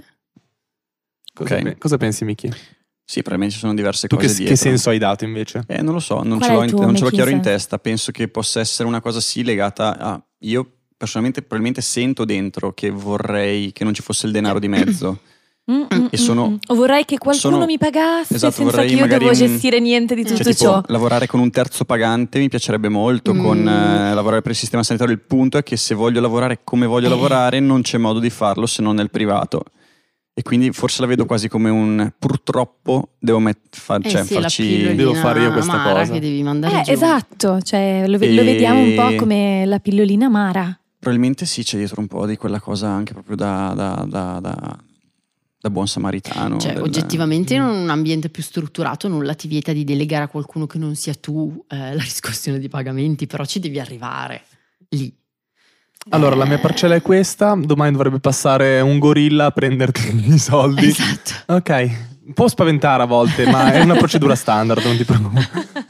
Speaker 1: Cosa,
Speaker 4: Ok.
Speaker 1: pe- cosa pensi, Miki?
Speaker 4: Sì, probabilmente ci sono diverse
Speaker 1: Tu che,
Speaker 4: cose
Speaker 1: che
Speaker 4: dietro.
Speaker 1: senso hai dato invece?
Speaker 4: Eh, non lo so, non
Speaker 3: Qual
Speaker 4: ce
Speaker 3: è
Speaker 4: l'ho,
Speaker 3: il
Speaker 4: in-
Speaker 3: tuo
Speaker 4: non ce l'ho
Speaker 3: making
Speaker 4: chiaro in
Speaker 3: sense?
Speaker 4: testa. Penso che possa essere una cosa sì legata a... Io personalmente probabilmente sento dentro che vorrei che non ci fosse il denaro di mezzo.
Speaker 3: Mm, mm,
Speaker 4: E sono-
Speaker 3: mm, mm. O vorrei che qualcuno
Speaker 4: sono-
Speaker 3: mi pagasse
Speaker 4: Esatto,
Speaker 3: senza
Speaker 4: vorrei
Speaker 3: che io
Speaker 4: magari
Speaker 3: devo
Speaker 4: un-
Speaker 3: gestire niente di
Speaker 2: Cioè,
Speaker 3: tutto
Speaker 4: Cioè, tipo,
Speaker 3: ciò.
Speaker 4: lavorare con un terzo pagante mi piacerebbe molto,
Speaker 2: Mm.
Speaker 4: con eh, lavorare per il sistema sanitario. Il punto è che se voglio lavorare come voglio
Speaker 2: Eh.
Speaker 4: lavorare non c'è modo di farlo se non nel privato. E quindi forse la vedo quasi come un purtroppo devo met- fa-
Speaker 2: Eh
Speaker 4: cioè,
Speaker 2: sì, la
Speaker 4: farci...
Speaker 2: pillolina
Speaker 1: Devo fare io questa
Speaker 2: amara
Speaker 1: cosa.
Speaker 2: che devi mandare
Speaker 3: Eh,
Speaker 2: giù.
Speaker 3: esatto, cioè, lo, ve-
Speaker 4: E-
Speaker 3: lo vediamo un po' come la pillolina amara.
Speaker 4: Probabilmente sì, c'è dietro un po' di quella cosa anche proprio da, da, da, da- da buon samaritano.
Speaker 2: Cioè,
Speaker 4: del...
Speaker 2: oggettivamente in un ambiente più strutturato nulla ti vieta di delegare a qualcuno che non sia tu eh, la riscossione di pagamenti, però ci devi arrivare lì.
Speaker 1: Allora,
Speaker 2: Eh,
Speaker 1: la mia parcella è questa, domani dovrebbe passare un gorilla a prenderti i soldi.
Speaker 2: Esatto.
Speaker 1: Ok, può spaventare a volte, ma è una procedura standard, non ti preoccupare.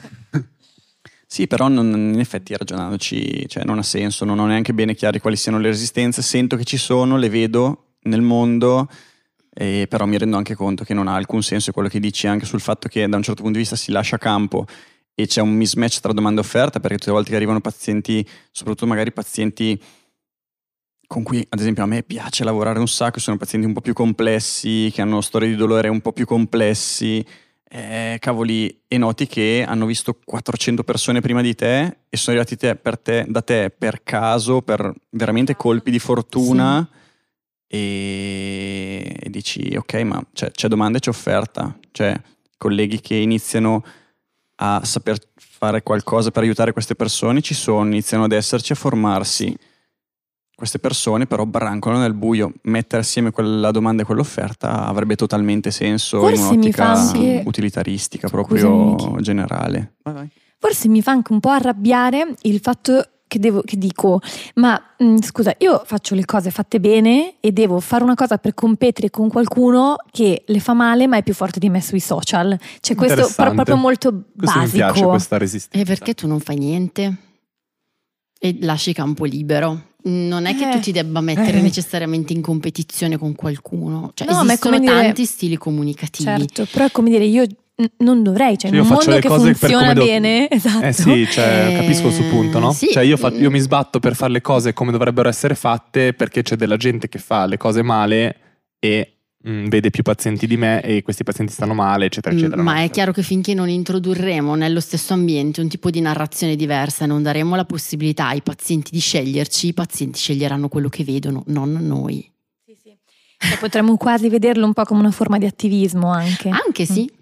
Speaker 4: Sì, però non, in effetti ragionandoci, cioè non ha senso, non ho neanche bene chiari quali siano le resistenze, sento che ci sono, le vedo nel mondo, e però mi rendo anche conto che non ha alcun senso quello che dici, anche sul fatto che da un certo punto di vista si lascia campo e c'è un mismatch tra domanda e offerta, perché tutte le volte che arrivano pazienti, soprattutto magari pazienti con cui ad esempio a me piace lavorare un sacco, sono pazienti un po' più complessi, che hanno storie di dolore un po' più complessi, eh, cavoli, e noti che hanno visto quattrocento persone prima di te e sono arrivati te, per te, da te per caso, per veramente colpi di fortuna, sì. e, e dici ok, ma c'è, c'è domanda e c'è offerta, cioè colleghi che iniziano a saper fare qualcosa per aiutare queste persone ci sono, iniziano ad esserci, a formarsi. Queste persone però brancano nel buio. Mettere assieme quella domanda e quell'offerta avrebbe totalmente senso. Forse in un'ottica anche... utilitaristica proprio Scusami, generale. Vai, vai.
Speaker 3: Forse mi fa anche un po' arrabbiare il fatto che, devo, che dico ma mh, scusa, io faccio le cose fatte bene e devo fare una cosa per competere con qualcuno che le fa male ma è più forte di me sui social. Cioè questo è proprio molto
Speaker 1: questo
Speaker 3: basico.
Speaker 1: Mi piace questa resistenza.
Speaker 2: E perché tu non fai niente e lasci campo libero? Non è che
Speaker 3: eh,
Speaker 2: tu ti debba mettere
Speaker 1: eh.
Speaker 2: necessariamente in competizione con qualcuno, cioè
Speaker 3: no,
Speaker 2: esistono
Speaker 3: dire,
Speaker 2: tanti stili comunicativi.
Speaker 3: Certo, però è come dire, io n- non dovrei, cioè
Speaker 1: io
Speaker 3: in un
Speaker 1: faccio
Speaker 3: mondo
Speaker 1: le
Speaker 3: che
Speaker 1: cose
Speaker 3: funziona
Speaker 1: per come
Speaker 3: bene,
Speaker 1: do...
Speaker 3: esatto.
Speaker 1: Eh sì, cioè,
Speaker 2: Eh,
Speaker 1: capisco il suo punto, no?
Speaker 2: sì.
Speaker 1: Cioè io, fa... io mi sbatto per fare le cose come dovrebbero essere fatte, perché c'è della gente che fa le cose male e mh, vede più pazienti di me e questi pazienti stanno male, eccetera, eccetera.
Speaker 2: Ma
Speaker 1: no?
Speaker 2: è chiaro che finché non introdurremo nello stesso ambiente un tipo di narrazione diversa e non daremo la possibilità ai pazienti di sceglierci, i pazienti sceglieranno quello che vedono, non noi.
Speaker 3: Sì, sì. Cioè, potremmo quasi vederlo un po' come una forma di attivismo anche.
Speaker 2: Anche sì.
Speaker 3: Mm.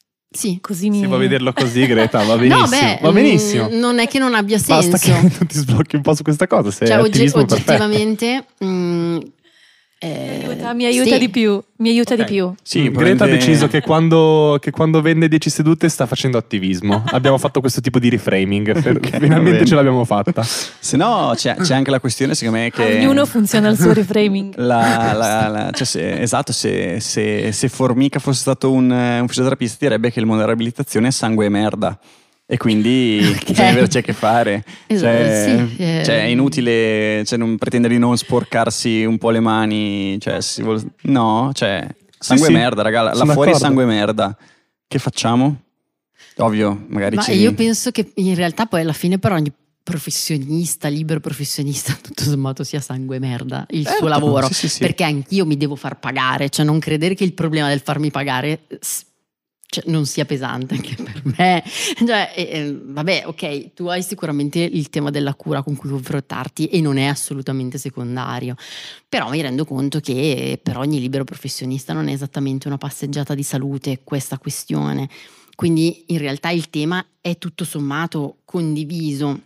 Speaker 2: Sì.
Speaker 3: Così mi...
Speaker 1: Se vuoi vederlo così, Greta, va benissimo.
Speaker 2: No, beh,
Speaker 1: va benissimo.
Speaker 2: mh, non è che non abbia senso.
Speaker 1: Basta che tu ti sblocchi un po' su questa cosa. Se
Speaker 2: cioè,
Speaker 1: è
Speaker 2: ogge-
Speaker 1: attivismo
Speaker 2: oggettivamente mh,
Speaker 3: Eh, mi aiuta, mi aiuta
Speaker 2: sì.
Speaker 3: di più, mi aiuta
Speaker 1: okay.
Speaker 3: di più.
Speaker 4: Sì,
Speaker 1: Greta
Speaker 4: prende...
Speaker 1: ha deciso che quando, che quando vende dieci sedute sta facendo attivismo. Abbiamo fatto questo tipo di reframing.
Speaker 4: Okay,
Speaker 1: finalmente ce l'abbiamo fatta.
Speaker 4: Se no c'è, c'è anche la questione secondo me che
Speaker 3: ognuno funziona il suo reframing.
Speaker 4: la, la, la, cioè se, esatto, se, se, se Formica fosse stato un, un fisioterapista direbbe che il mondo della riabilitazione è sangue e merda. E quindi
Speaker 2: Okay.
Speaker 4: bisogna averci a che fare.
Speaker 2: Esatto,
Speaker 4: Cioè,
Speaker 2: sì, eh.
Speaker 4: cioè, è inutile, cioè, non pretendere di non sporcarsi un po' le mani. Cioè, si vuol... No, cioè, sangue
Speaker 1: sì,
Speaker 4: e merda, raga. Là
Speaker 1: sono
Speaker 4: fuori
Speaker 1: d'accordo.
Speaker 4: sangue e merda. Che facciamo? Ovvio, magari
Speaker 2: Ma
Speaker 4: ci...
Speaker 2: io penso che in realtà poi alla fine per ogni professionista, libero professionista, tutto sommato sia sangue e merda il
Speaker 4: Certo,
Speaker 2: suo lavoro.
Speaker 4: sì, sì, sì.
Speaker 2: Perché anch'io mi devo far pagare, cioè non credere che il problema del farmi pagare... Cioè, non sia pesante anche per me. Cioè, eh, vabbè, ok, tu hai sicuramente il tema della cura con cui confrontarti e non è assolutamente secondario, però mi rendo conto che per ogni libero professionista non è esattamente una passeggiata di salute questa questione, quindi in realtà il tema è tutto sommato condiviso.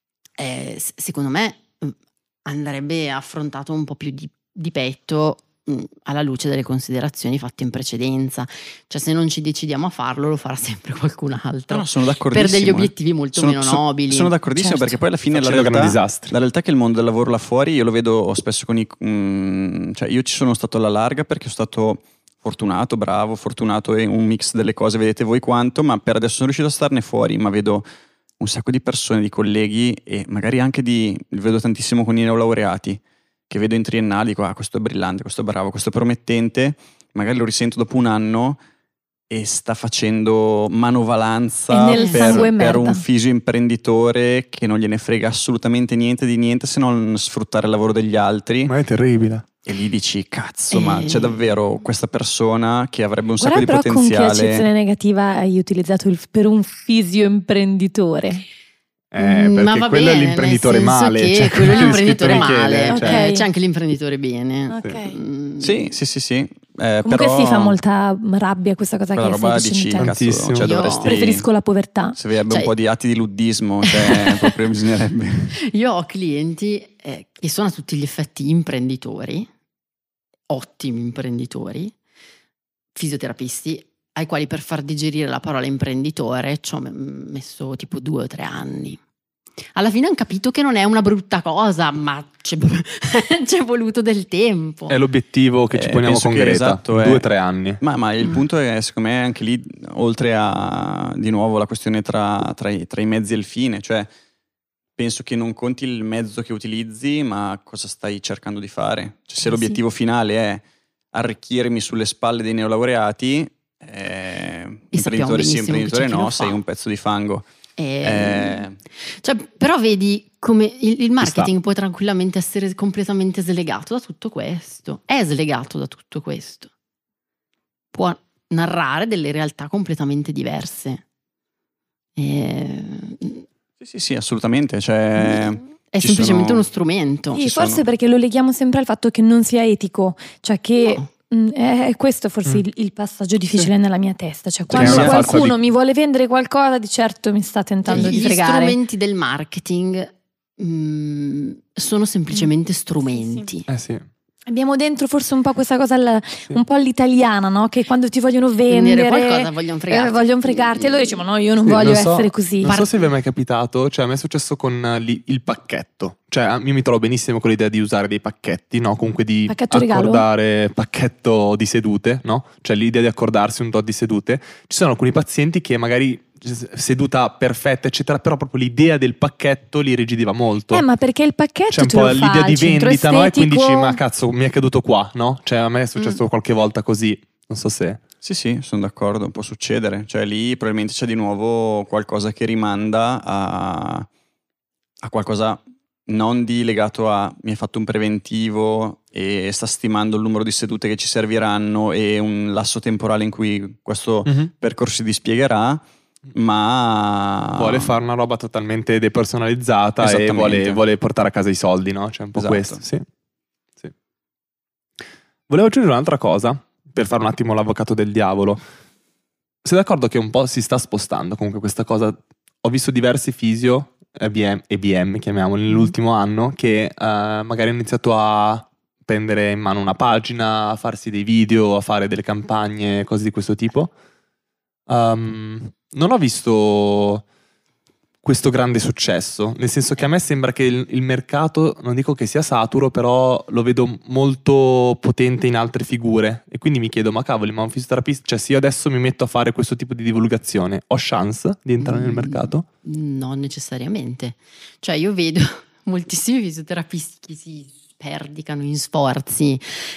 Speaker 2: Eh, secondo me andrebbe affrontato un po' più di, di petto alla luce delle considerazioni fatte in precedenza, cioè se non ci decidiamo a farlo lo farà sempre qualcun altro.
Speaker 4: No, sono d'accordissimo.
Speaker 2: Per degli obiettivi molto
Speaker 4: sono,
Speaker 2: meno
Speaker 4: sono,
Speaker 2: nobili.
Speaker 4: Sono d'accordissimo,
Speaker 2: certo.
Speaker 4: Perché poi alla fine la
Speaker 1: Facendo
Speaker 4: realtà,
Speaker 1: disastri.
Speaker 4: la realtà è che il mondo del lavoro là fuori io lo vedo spesso con i... Mm, cioè io ci sono stato alla larga perché sono stato fortunato, bravo, fortunato e un mix delle cose, vedete voi quanto, ma per adesso sono riuscito a starne fuori, ma vedo un sacco di persone, di colleghi e magari anche di... vedo tantissimo con i neolaureati che vedo in triennale, dico ah questo è brillante, questo è bravo, questo è promettente, magari lo risento dopo un anno e sta facendo manovalanza per, per un fisio imprenditore che non gliene frega assolutamente niente di niente se non sfruttare il lavoro degli altri.
Speaker 1: Ma è terribile.
Speaker 4: E lì dici cazzo,
Speaker 2: Eh.
Speaker 4: ma c'è davvero questa persona che avrebbe un
Speaker 3: Guarda
Speaker 4: sacco di
Speaker 3: però
Speaker 4: potenziale.
Speaker 3: con che accezione negativa hai utilizzato il, per un fisio imprenditore.
Speaker 1: Eh, perché
Speaker 2: ma va
Speaker 1: quello
Speaker 2: bene,
Speaker 1: è l'imprenditore
Speaker 2: nel senso
Speaker 1: male.
Speaker 2: che
Speaker 1: Cioè,
Speaker 2: quello è l'imprenditore
Speaker 1: scritto Michele,
Speaker 2: male,
Speaker 1: cioè.
Speaker 2: cioè,
Speaker 3: Ok.
Speaker 2: c'è anche l'imprenditore bene.
Speaker 3: Ok.
Speaker 2: Mm.
Speaker 4: Sì, sì, sì, sì. Eh,
Speaker 3: Comunque
Speaker 4: però
Speaker 3: si fa molta rabbia questa cosa
Speaker 4: quella
Speaker 3: che
Speaker 4: roba
Speaker 3: stai
Speaker 4: dici
Speaker 3: dicendo te.
Speaker 4: cazzo,
Speaker 1: Tantissimo.
Speaker 4: cioè
Speaker 2: Io
Speaker 4: dovresti...
Speaker 3: Preferisco la povertà.
Speaker 4: Se avrebbe
Speaker 2: Cioè-
Speaker 4: un po' di atti di luddismo, cioè proprio bisognerebbe...
Speaker 2: Io ho clienti eh, che sono a tutti gli effetti imprenditori, ottimi imprenditori, fisioterapisti ai quali per far digerire la parola imprenditore ci ho messo tipo due o tre anni. Alla fine hanno capito che non è una brutta cosa, ma c'è, c'è voluto del tempo.
Speaker 1: È l'obiettivo che ci
Speaker 4: Eh,
Speaker 1: poniamo
Speaker 4: penso
Speaker 1: con
Speaker 4: che
Speaker 1: Greta,
Speaker 4: esatto, è-
Speaker 1: due o tre anni.
Speaker 4: Ma, ma il
Speaker 2: Mm.
Speaker 4: punto è, secondo me, anche lì, oltre a, di nuovo, la questione tra, tra i, tra i mezzi e il fine, cioè penso che non conti il mezzo che utilizzi, ma cosa stai cercando di fare. Cioè, se
Speaker 2: Eh,
Speaker 4: l'obiettivo finale è arricchirmi sulle spalle dei neolaureati, eh, imprenditore sì,
Speaker 2: benissimo che
Speaker 4: imprenditore
Speaker 2: c'è chi
Speaker 4: no,
Speaker 2: lo
Speaker 4: sei
Speaker 2: fa.
Speaker 4: un pezzo di fango.
Speaker 2: E,
Speaker 4: Eh,
Speaker 2: cioè, però vedi come il, il marketing
Speaker 1: sta.
Speaker 2: può tranquillamente essere completamente slegato da tutto questo. È slegato da tutto questo. Può narrare delle realtà completamente diverse. E,
Speaker 4: sì, sì, sì, assolutamente. Cioè,
Speaker 2: è
Speaker 4: ci
Speaker 2: semplicemente
Speaker 4: sono-
Speaker 2: uno strumento.
Speaker 3: Sì,
Speaker 4: ci
Speaker 3: forse
Speaker 4: sono-
Speaker 3: perché lo leghiamo sempre al fatto che non sia etico, cioè che
Speaker 2: No.
Speaker 3: mm, è è questo forse
Speaker 1: Mm.
Speaker 3: il, il passaggio difficile nella mia testa, cioè
Speaker 1: Che
Speaker 4: è
Speaker 3: quando
Speaker 4: una falsa
Speaker 3: qualcuno
Speaker 1: di-
Speaker 3: mi vuole vendere qualcosa di certo mi sta tentando di
Speaker 2: Gli
Speaker 3: fregare.
Speaker 2: strumenti del marketing mm, sono semplicemente strumenti.
Speaker 1: Eh sì.
Speaker 3: Abbiamo dentro forse un po' questa cosa al-
Speaker 1: Sì.
Speaker 3: un po' all'italiana, no? Che quando ti vogliono vendere
Speaker 2: qualcosa vogliono fregarti.
Speaker 3: eh, vogliono fregarti, allora dici ma no, io non
Speaker 1: Sì,
Speaker 3: voglio
Speaker 1: non so-
Speaker 3: essere così.
Speaker 1: Non so se vi è mai capitato, cioè a me è successo con eh, li- il pacchetto. Cioè io mi trovo benissimo con l'idea di usare dei pacchetti, no? Comunque di
Speaker 3: Pacchetto regalo?
Speaker 1: accordare pacchetto di sedute, no? Cioè l'idea di accordarsi un tot di sedute. Ci sono alcuni pazienti che magari seduta perfetta, eccetera, però proprio l'idea del pacchetto li rigidiva molto.
Speaker 3: Eh, ma perché il pacchetto
Speaker 1: C'è un
Speaker 3: te
Speaker 1: po'
Speaker 3: lo fa
Speaker 1: l'idea di
Speaker 3: il centro
Speaker 1: vendita, no? E quindi
Speaker 3: estetico.
Speaker 1: dici, ma cazzo, mi è caduto qua, no? Cioè a me è successo
Speaker 2: Mm.
Speaker 1: qualche volta così, non so se...
Speaker 4: Sì, sì, sono d'accordo, può succedere. Cioè lì probabilmente c'è di nuovo qualcosa che rimanda a, a qualcosa non di legato a mi hai fatto un preventivo e sta stimando il numero di sedute che ci serviranno e un lasso temporale in cui questo percorso si dispiegherà, ma
Speaker 1: Vuole fare una roba totalmente depersonalizzata e
Speaker 4: Esattamente.
Speaker 1: vuole, vuole portare a casa i soldi, no? C'è un po'
Speaker 4: Esatto.
Speaker 1: questo, sì. Sì. Volevo aggiungere un'altra cosa, per fare un attimo l'avvocato del diavolo. Sei d'accordo che un po' si sta spostando comunque questa cosa? Ho visto diversi fisio, E B M, E B M chiamiamoli, nell'ultimo anno, che eh, magari hanno iniziato a prendere in mano una pagina, a farsi dei video, a fare delle campagne, cose di questo tipo. Um, non ho visto questo grande successo, nel senso che a me sembra che il, il mercato, non dico che sia saturo, però lo vedo molto potente in altre figure e quindi mi chiedo, ma cavoli, ma un fisioterapista, cioè se io adesso mi metto a fare questo tipo di divulgazione, ho chance di entrare nel
Speaker 2: Mm,
Speaker 1: mercato?
Speaker 2: Non necessariamente. Cioè io vedo moltissimi fisioterapisti che si sperdicano in sforzi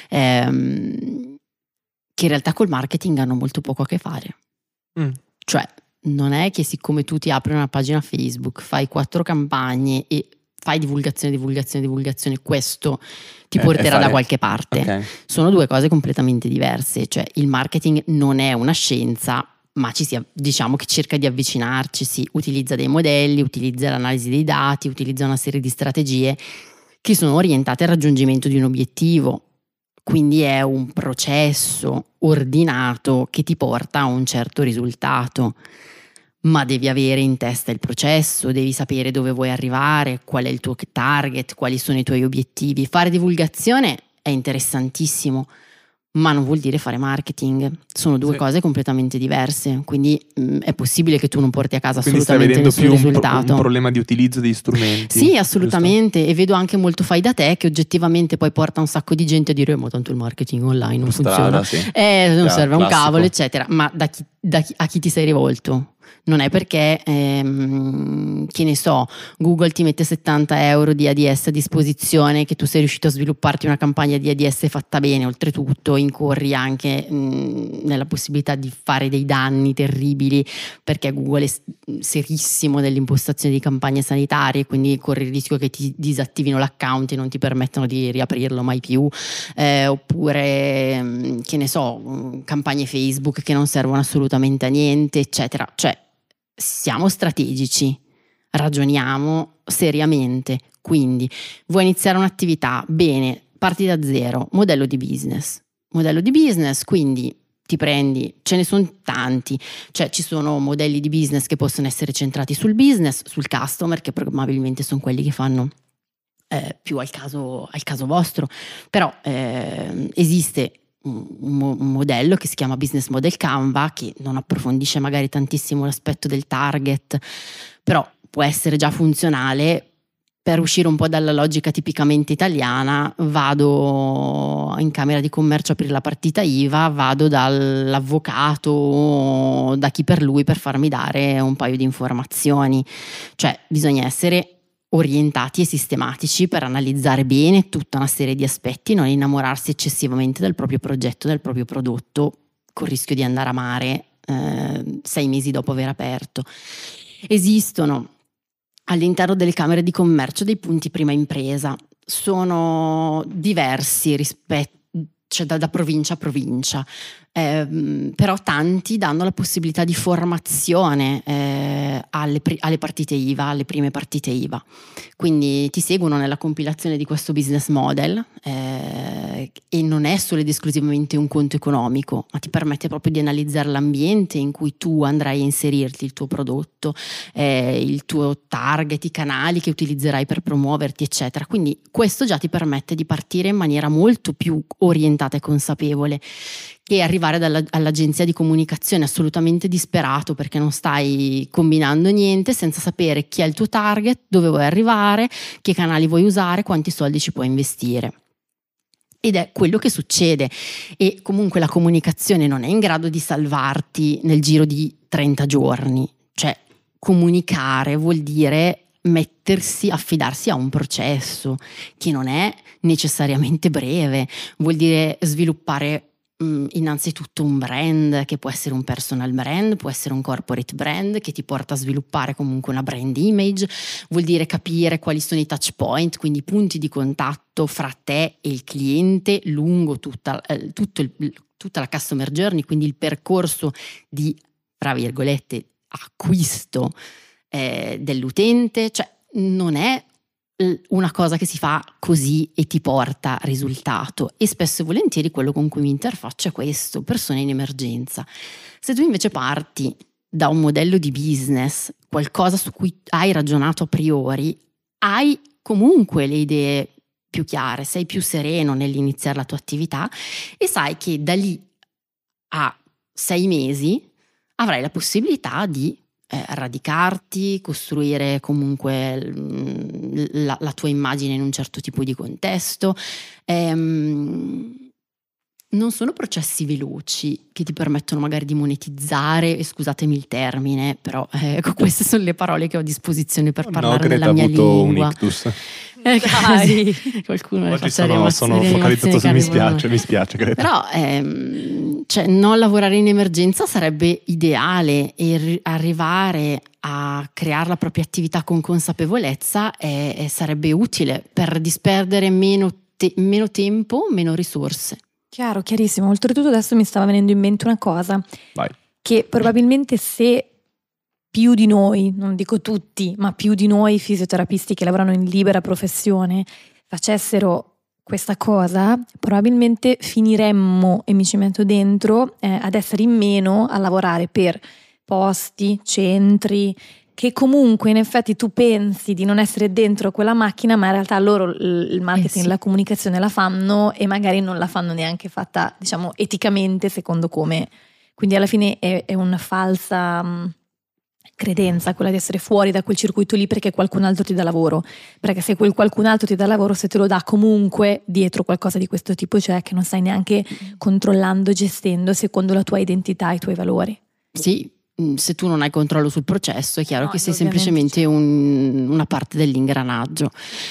Speaker 2: ehm, che in realtà col marketing hanno molto poco a che fare.
Speaker 1: Mm.
Speaker 2: Cioè non è che siccome tu ti apri una pagina Facebook, fai quattro campagne e fai divulgazione, divulgazione, divulgazione, questo ti
Speaker 1: Eh,
Speaker 2: porterà
Speaker 1: e fare-
Speaker 2: da qualche parte.
Speaker 1: Ok.
Speaker 2: Sono due cose completamente diverse, cioè il marketing non è una scienza, ma ci si, diciamo che cerca di avvicinarci, si utilizza dei modelli, utilizza l'analisi dei dati, utilizza una serie di strategie che sono orientate al raggiungimento di un obiettivo. Quindi è un processo ordinato che ti porta a un certo risultato, ma devi avere in testa il processo, devi sapere dove vuoi arrivare, qual è il tuo target, quali sono i tuoi obiettivi. Fare divulgazione è interessantissimo, ma non vuol dire fare marketing. Sono due
Speaker 1: Sì.
Speaker 2: cose completamente diverse, quindi mh, è possibile che tu non porti a casa
Speaker 1: Quindi stai
Speaker 2: assolutamente
Speaker 1: vedendo
Speaker 2: nessun
Speaker 1: più un, pro-
Speaker 2: risultato.
Speaker 1: un problema di utilizzo degli strumenti?
Speaker 2: Sì, assolutamente, e vedo anche molto fai da te che oggettivamente poi porta un sacco di gente a dire ma tanto il marketing online non
Speaker 1: Giusto?
Speaker 2: funziona,
Speaker 1: Strada, sì.
Speaker 2: eh, non
Speaker 1: Chiaro,
Speaker 2: serve un
Speaker 1: classico.
Speaker 2: cavolo eccetera, ma da chi, da chi- a chi ti sei rivolto? Non è perché, ehm, che ne so, Google ti mette settanta euro di A D S a disposizione che tu sei riuscito a svilupparti una campagna di A D S fatta bene, oltretutto incorri anche mh, nella possibilità di fare dei danni terribili perché Google è s- serissimo nell'impostazione di campagne sanitarie, quindi corri il rischio che ti disattivino l'account e non ti permettono di riaprirlo mai più, eh, oppure mh, che ne so, mh, campagne Facebook che non servono assolutamente a niente, eccetera. Cioè siamo strategici, ragioniamo seriamente. Quindi vuoi iniziare un'attività? Bene, parti da zero, modello di business. Modello di business, quindi ti prendi, ce ne sono tanti, cioè ci sono modelli di business che possono essere centrati sul business, sul customer, che probabilmente sono quelli che fanno eh, più al caso, al caso vostro, però eh, esiste un, un modello che si chiama Business Model Canva, che non approfondisce magari tantissimo l'aspetto del target, però può essere già funzionale. Per uscire un po' dalla logica tipicamente italiana, vado in Camera di Commercio a aprire la partita I V A, vado dall'avvocato, da chi per lui, per farmi dare un paio di informazioni. Cioè bisogna essere orientati e sistematici per analizzare bene tutta una serie di aspetti, non innamorarsi eccessivamente del proprio progetto, del proprio prodotto, col rischio di andare a mare eh, sei mesi dopo aver aperto. Esistono all'interno delle camere di commercio dei punti prima impresa, sono diversi rispetto, cioè da, da provincia a provincia, eh, però tanti danno la possibilità di formazione eh, alle, alle partite I V A, alle prime partite I V A. Quindi ti seguono nella compilazione di questo business model eh, e non è solo ed esclusivamente un conto economico, ma ti permette proprio di analizzare l'ambiente in cui tu andrai a inserirti il tuo prodotto, eh, il tuo target, i canali che utilizzerai per promuoverti, eccetera. Quindi questo già ti permette di partire in maniera molto più orientata e consapevole che arrivare dalla, all'agenzia di comunicazione assolutamente disperato perché non stai combinando niente, senza sapere chi è il tuo target, dove vuoi arrivare, che canali vuoi usare, quanti soldi ci puoi investire. Ed è quello che succede, e comunque la comunicazione non è in grado di salvarti nel giro di trenta giorni. Cioè comunicare vuol dire mettersi, affidarsi a un processo che non è necessariamente breve, vuol dire sviluppare innanzitutto un brand, che può essere un personal brand, può essere un corporate brand che ti porta a sviluppare comunque una brand image, vuol dire capire quali sono i touch point, quindi i punti di contatto fra te e il cliente lungo tutta, eh, tutto il, tutta la customer journey, quindi il percorso di, tra virgolette, acquisto eh, dell'utente. Cioè non è una cosa che si fa così e ti porta risultato, e spesso e volentieri quello con cui mi interfaccio è questo: persone in emergenza. Se tu invece parti da un modello di business, qualcosa su cui hai ragionato a priori, hai comunque le idee più chiare, sei più sereno nell'iniziare la tua attività e sai che da lì a sei mesi avrai la possibilità di Eh, radicarti, costruire comunque la, la tua immagine in un certo tipo di contesto. Ehm, non sono processi veloci che ti permettono magari di monetizzare, e scusatemi il termine, però eh, ecco, queste sono le parole che ho a disposizione per parlare nella mia lingua.
Speaker 1: No, credo ha avuto un ictus.
Speaker 2: Eh, così, qualcuno
Speaker 1: Oggi sono, sono focalizzato su mi spiace, mi spiace. Credo.
Speaker 2: Però ehm, cioè, non lavorare in emergenza sarebbe ideale, e ri- arrivare a creare la propria attività con consapevolezza è, è, sarebbe utile per disperdere meno, te- meno tempo, meno risorse.
Speaker 3: Chiaro, chiarissimo. Oltretutto adesso mi stava venendo in mente una cosa.
Speaker 1: Vai.
Speaker 3: Che probabilmente se più di noi, non dico tutti, ma più di noi fisioterapisti che lavorano in libera professione facessero questa cosa, probabilmente finiremmo, e mi ci metto dentro, eh, ad essere in meno a lavorare per posti, centri, che comunque in effetti tu pensi di non essere dentro quella macchina, ma in realtà loro il marketing, eh sì, la comunicazione la fanno, e magari non la fanno neanche fatta, diciamo, eticamente secondo come. Quindi alla fine è, è una falsa mh, credenza quella di essere fuori da quel circuito lì perché qualcun altro ti dà lavoro, perché se quel qualcun altro ti dà lavoro, se te lo dà comunque dietro qualcosa di questo tipo, cioè che non stai neanche controllando, gestendo secondo la tua identità e i tuoi valori.
Speaker 2: Sì, se tu non hai controllo sul processo è chiaro
Speaker 3: No,
Speaker 2: che sei
Speaker 3: ovviamente
Speaker 2: semplicemente un, una parte dell'ingranaggio.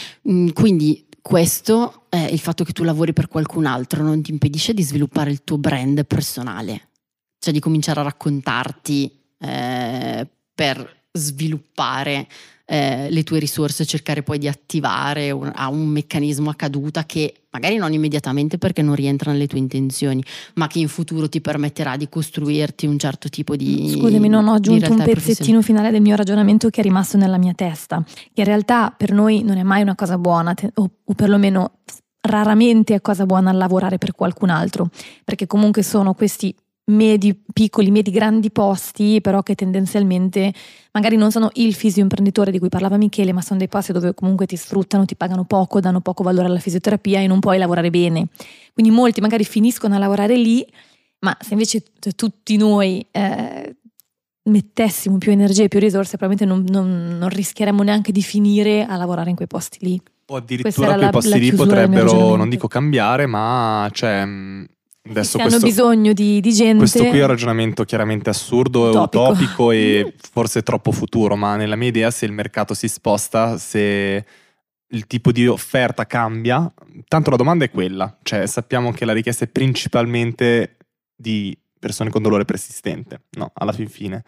Speaker 2: Quindi questo, eh, il fatto che tu lavori per qualcun altro non ti impedisce di sviluppare il tuo brand personale, cioè di cominciare a raccontarti eh, per sviluppare eh, le tue risorse, cercare poi di attivare un, a un meccanismo a caduta che magari non immediatamente perché non rientra nelle tue intenzioni, ma che in futuro ti permetterà di costruirti un certo tipo di
Speaker 3: Scusami, non ho aggiunto un pezzettino finale del mio ragionamento che è rimasto nella mia testa, che in realtà per noi non è mai una cosa buona, te, o, o perlomeno raramente è cosa buona lavorare per qualcun altro, perché comunque sono questi medi, piccoli, medi, grandi posti, però che tendenzialmente magari non sono il fisioimprenditore di cui parlava Michele, ma sono dei posti dove comunque ti sfruttano, ti pagano poco, danno poco valore alla fisioterapia e non puoi lavorare bene. Quindi molti magari finiscono a lavorare lì, ma se invece t- tutti noi eh, mettessimo più energie e più risorse, probabilmente non, non, non rischieremmo neanche di finire a lavorare in quei posti lì.
Speaker 1: O addirittura quei posti lì potrebbero, non dico cambiare, ma cioè adesso
Speaker 3: se
Speaker 1: questo,
Speaker 3: hanno bisogno di, di gente.
Speaker 1: Questo qui è un ragionamento chiaramente assurdo, utopico, utopico e forse troppo futuro, ma nella mia idea, se il mercato si sposta, se il tipo di offerta cambia, tanto la domanda è quella, cioè sappiamo che la richiesta è principalmente di persone con dolore persistente, no, alla fin fine.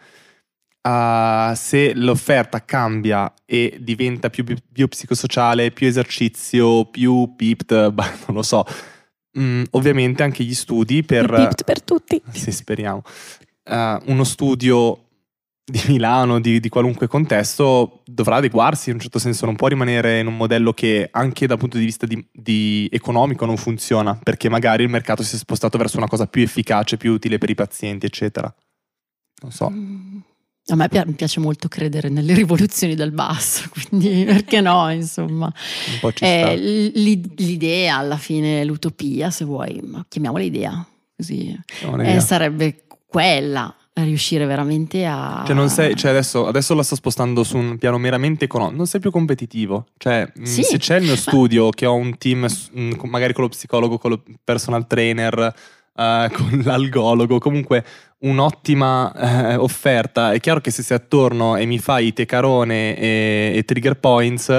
Speaker 1: Uh, se l'offerta cambia e diventa più biopsicosociale, più esercizio, più P I P T, bah, non lo so, mm, ovviamente anche gli studi per...
Speaker 3: Il P I P T per tutti.
Speaker 1: Sì, speriamo. Uh, uno studio di Milano, di, di qualunque contesto, dovrà adeguarsi, in un certo senso non può rimanere in un modello che anche dal punto di vista di, di economico non funziona, perché magari il mercato si è spostato verso una cosa più efficace, più utile per i pazienti, eccetera. Non so.
Speaker 2: Mm. A me piace molto credere nelle rivoluzioni dal basso, quindi perché no, insomma.
Speaker 1: Un po' ci
Speaker 2: eh,
Speaker 1: sta.
Speaker 2: l'idea, alla fine, l'utopia, se vuoi, ma chiamiamola idea, così,
Speaker 1: idea.
Speaker 2: Eh, sarebbe quella, riuscire veramente a...
Speaker 1: Cioè, non sei, cioè adesso, adesso la sto spostando su un piano meramente economico, non sei più competitivo. Cioè,
Speaker 2: sì,
Speaker 1: se c'è il mio
Speaker 2: ma...
Speaker 1: studio, che ho un team, magari con lo psicologo, con lo personal trainer, Uh, con l'algologo, comunque un'ottima eh, offerta. È chiaro che se sei attorno e mi fai tecarone e, e trigger points,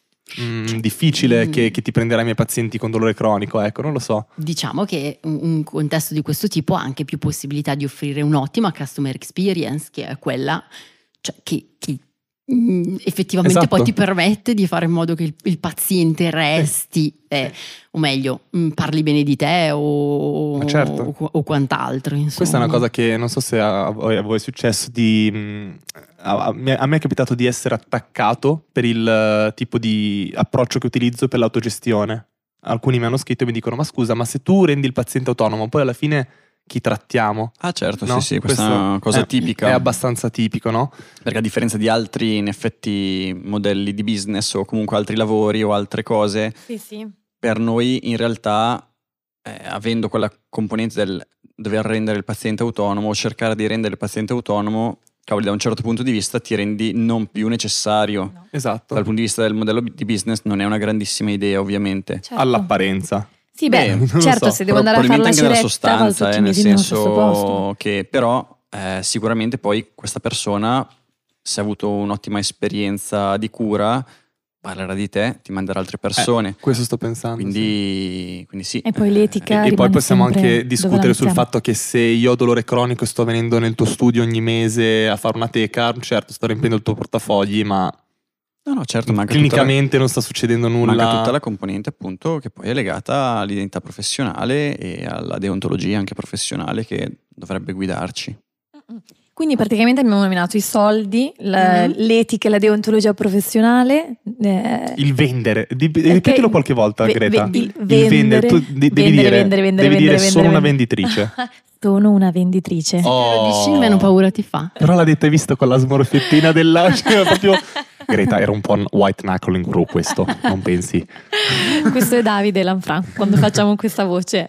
Speaker 1: mh, difficile mm. che, che ti prenderai i miei pazienti con dolore cronico, ecco, non lo so.
Speaker 2: Diciamo che un contesto di questo tipo ha anche più possibilità di offrire un'ottima customer experience, che è quella, cioè, che, che Mm, effettivamente esatto. Poi ti permette di fare in modo che il, il paziente resti eh, o meglio mh, parli bene di te o,
Speaker 1: certo.
Speaker 2: o, o quant'altro, insomma.
Speaker 1: Questa è una cosa che non so se a, a voi è successo di, mh, a, a, me, a me è capitato di essere attaccato per il uh, tipo di approccio che utilizzo per l'autogestione. Alcuni mi hanno scritto e mi dicono: ma scusa, ma se tu rendi il paziente autonomo, poi alla fine chi trattiamo?
Speaker 4: Ah certo,
Speaker 1: no?
Speaker 4: sì sì, questa è una cosa
Speaker 1: è,
Speaker 4: tipica.
Speaker 1: È abbastanza tipico, no?
Speaker 4: Perché a differenza di altri, in effetti, modelli di business o comunque altri lavori o altre cose,
Speaker 3: sì, sì.
Speaker 4: per noi in realtà, eh, avendo quella componente del dover rendere il paziente autonomo o cercare di rendere il paziente autonomo, cavoli, da un certo punto di vista ti rendi non più necessario.
Speaker 3: No.
Speaker 1: Esatto.
Speaker 4: Dal punto di vista del modello di business non è una grandissima idea, ovviamente.
Speaker 3: Certo.
Speaker 1: All'apparenza.
Speaker 3: Sì, beh,
Speaker 1: beh
Speaker 3: certo,
Speaker 1: so.
Speaker 3: se devo andare a fare la
Speaker 4: anche nella
Speaker 3: sceletta,
Speaker 4: sostanza, eh, nel senso
Speaker 3: posto.
Speaker 4: che però eh, sicuramente poi questa persona, se ha avuto un'ottima esperienza di cura, parlerà di te, ti manderà altre persone.
Speaker 1: Eh, questo sto pensando.
Speaker 4: Quindi sì. Quindi sì.
Speaker 3: E poi l'etica.
Speaker 1: E, e poi possiamo
Speaker 3: sempre
Speaker 1: anche discutere sul fatto che se io ho dolore cronico e sto venendo nel tuo studio ogni mese a fare una teca, certo sto riempiendo il tuo portafogli, ma
Speaker 4: No, no, certo, manca
Speaker 1: clinicamente
Speaker 4: la,
Speaker 1: non sta succedendo nulla.
Speaker 4: Manca tutta la componente appunto che poi è legata all'identità professionale e alla deontologia anche professionale che dovrebbe guidarci.
Speaker 3: Quindi praticamente abbiamo nominato i soldi, la,
Speaker 2: mm-hmm.
Speaker 3: l'etica e la deontologia professionale. Eh,
Speaker 1: il vendere, di, ripetilo qualche volta,
Speaker 3: ve,
Speaker 1: Greta.
Speaker 3: Ve, il,
Speaker 1: il
Speaker 3: vendere,
Speaker 1: vendere, tu devi
Speaker 3: vendere,
Speaker 1: dire,
Speaker 3: vendere, vendere,
Speaker 1: devi
Speaker 3: vendere,
Speaker 1: dire sono
Speaker 3: vendere,
Speaker 1: una
Speaker 3: vendere.
Speaker 1: venditrice.
Speaker 3: Sono una venditrice.
Speaker 1: Oh.
Speaker 2: Se lo dici meno paura ti fa.
Speaker 1: Però l'ha detto, hai visto con la smorfiettina della... Cioè, proprio... Greta, era un po' un white knuckling crew questo, non pensi?
Speaker 3: Questo è Davide Lanfran, quando facciamo questa voce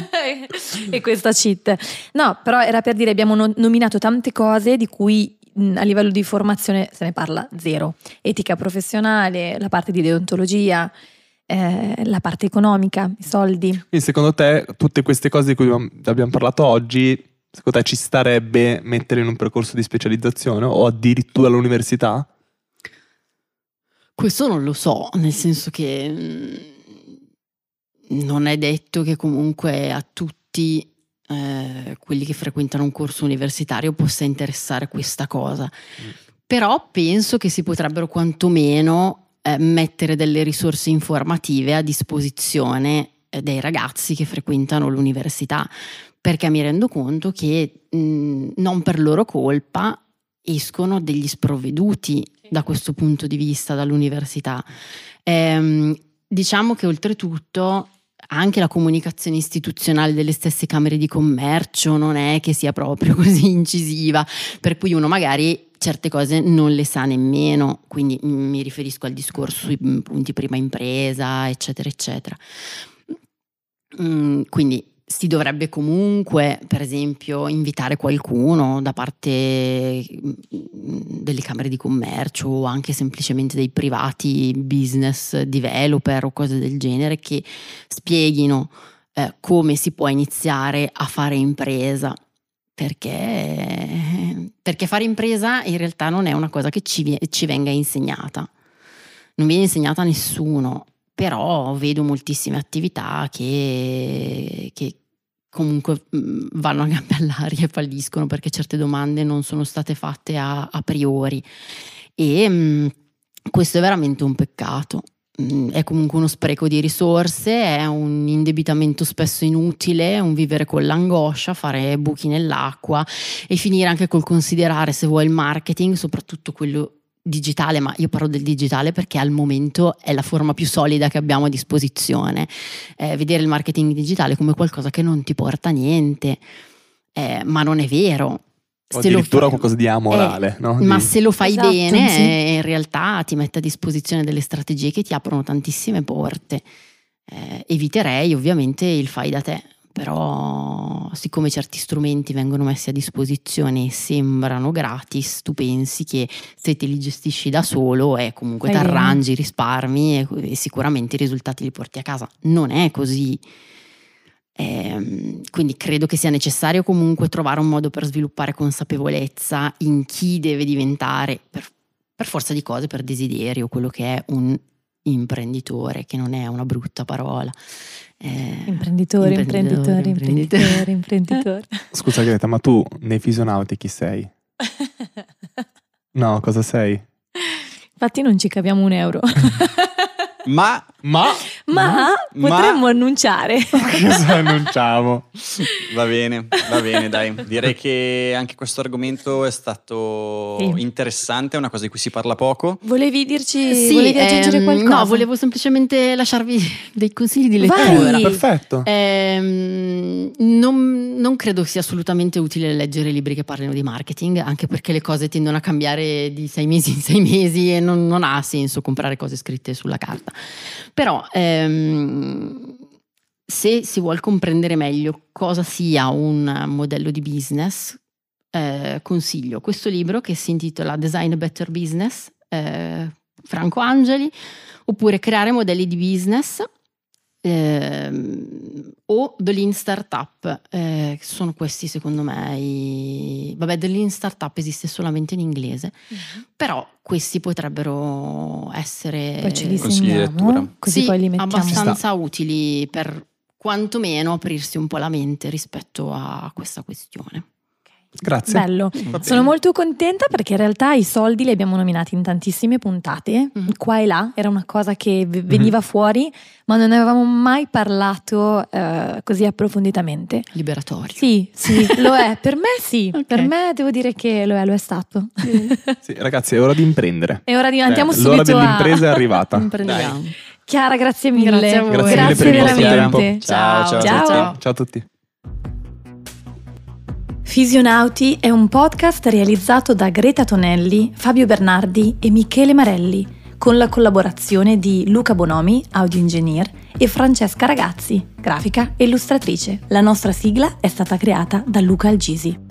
Speaker 3: e questa cheat. No, però era per dire, abbiamo no- nominato tante cose di cui mh, a livello di formazione se ne parla zero. Etica professionale, la parte di deontologia, eh, la parte economica, i soldi.
Speaker 1: Quindi secondo te tutte queste cose di cui abbiamo parlato oggi, secondo te ci starebbe mettere in un percorso di specializzazione o addirittura all'università?
Speaker 2: Questo non lo so, nel senso che mh, non è detto che comunque a tutti eh, quelli che frequentano un corso universitario possa interessare questa cosa. Mm. Però penso che si potrebbero quantomeno eh, mettere delle risorse informative a disposizione eh, dei ragazzi che frequentano l'università, perché mi rendo conto che mh, non per loro colpa escono degli sprovveduti da questo punto di vista dall'università. Ehm, diciamo che oltretutto anche la comunicazione istituzionale delle stesse camere di commercio non è che sia proprio così incisiva, per cui uno magari certe cose non le sa nemmeno, quindi mi riferisco al discorso sui punti prima impresa, eccetera, eccetera. Quindi si dovrebbe comunque, per esempio, invitare qualcuno da parte delle camere di commercio o anche semplicemente dei privati business developer o cose del genere che spieghino eh, come si può iniziare a fare impresa, perché, perché fare impresa in realtà non è una cosa che ci, ci venga insegnata, non viene insegnata a nessuno. Però vedo moltissime attività che, che comunque vanno a gambe all'aria e falliscono perché certe domande non sono state fatte a, a priori, e mh, questo è veramente un peccato. Mh, è comunque uno spreco di risorse, è un indebitamento spesso inutile, un vivere con l'angoscia, fare buchi nell'acqua e finire anche col considerare, se vuoi, il marketing, soprattutto quello digitale, ma io parlo del digitale perché al momento è la forma più solida che abbiamo a disposizione, eh, vedere il marketing digitale come qualcosa che non ti porta a niente, eh, ma non è vero.
Speaker 1: O se addirittura fai, qualcosa di amorale,
Speaker 2: eh,
Speaker 1: no?
Speaker 2: Ma
Speaker 1: di...
Speaker 2: se lo fai
Speaker 3: esatto,
Speaker 2: bene,
Speaker 3: sì.
Speaker 2: eh, in realtà ti mette a disposizione delle strategie che ti aprono tantissime porte. Eh, eviterei ovviamente il fai da te, però siccome certi strumenti vengono messi a disposizione e sembrano gratis, tu pensi che se te li gestisci da solo e comunque ti arrangi, risparmi e, e sicuramente i risultati li porti a casa. Non è così. Eh, quindi credo che sia necessario comunque trovare un modo per sviluppare consapevolezza in chi deve diventare, per, per forza di cose, per desiderio, quello che è un imprenditore, che non è una brutta parola. Eh,
Speaker 3: imprenditore, imprenditore, imprenditore, imprenditore, imprenditore.
Speaker 1: Scusa Greta, ma tu nei Fisionauti chi sei? No, cosa sei?
Speaker 3: Infatti non ci capiamo un euro.
Speaker 4: Ma,
Speaker 1: ma,
Speaker 3: ma, ma potremmo ma... annunciare.
Speaker 1: Cosa annunciamo?
Speaker 4: Va bene, va bene, dai. Direi che anche questo argomento è stato sì. interessante, è una cosa di cui si parla poco.
Speaker 3: Volevi dirci,
Speaker 2: sì,
Speaker 3: volevi aggiungere
Speaker 2: ehm,
Speaker 3: qualcosa?
Speaker 2: No, volevo semplicemente lasciarvi dei consigli di lettura.
Speaker 3: Vai.
Speaker 1: Perfetto.
Speaker 2: Eh, non, non credo sia assolutamente utile leggere libri che parlino di marketing, anche perché le cose tendono a cambiare di sei mesi in sei mesi e non, non ha senso comprare cose scritte sulla carta. Però ehm, se si vuol comprendere meglio cosa sia un modello di business, eh, consiglio questo libro che si intitola Design a Better Business, eh, Franco Angeli, oppure Creare modelli di business, eh, o The Lean Startup. Eh, sono questi secondo me i... vabbè, The Lean Startup esiste solamente in inglese, mm-hmm. però questi potrebbero essere
Speaker 3: poi ce li segniamo, così
Speaker 2: sì,
Speaker 3: poi li mettiamo.
Speaker 2: Abbastanza utili per quantomeno aprirsi un po' la mente rispetto a questa questione.
Speaker 1: Grazie.
Speaker 3: Bello. Sono molto contenta perché in realtà i soldi li abbiamo nominati in tantissime puntate, mm-hmm. qua e là era una cosa che veniva mm-hmm. fuori, ma non ne avevamo mai parlato uh, così approfonditamente.
Speaker 2: Liberatorio.
Speaker 3: Sì, sì, lo è. Per me sì, okay. Per me devo dire che lo è, lo è stato.
Speaker 1: Sì, ragazzi, è ora di imprendere.
Speaker 3: È ora di, andiamo
Speaker 1: eh,
Speaker 3: subito
Speaker 1: l'ora dell'impresa
Speaker 3: a...
Speaker 1: è arrivata.
Speaker 2: Imprendiamo.
Speaker 3: Chiara, grazie mille.
Speaker 2: Grazie a voi.
Speaker 1: Grazie,
Speaker 3: grazie
Speaker 1: mille per
Speaker 3: veramente.
Speaker 4: Ciao, ciao,
Speaker 3: ciao.
Speaker 4: ciao.
Speaker 1: Ciao a tutti.
Speaker 3: Fisionauti è un podcast realizzato da Greta Tonelli, Fabio Bernardi e Michele Marelli, con la collaborazione di Luca Bonomi, audio engineer, e Francesca Ragazzi, grafica e illustratrice. La nostra sigla è stata creata da Luca Algisi.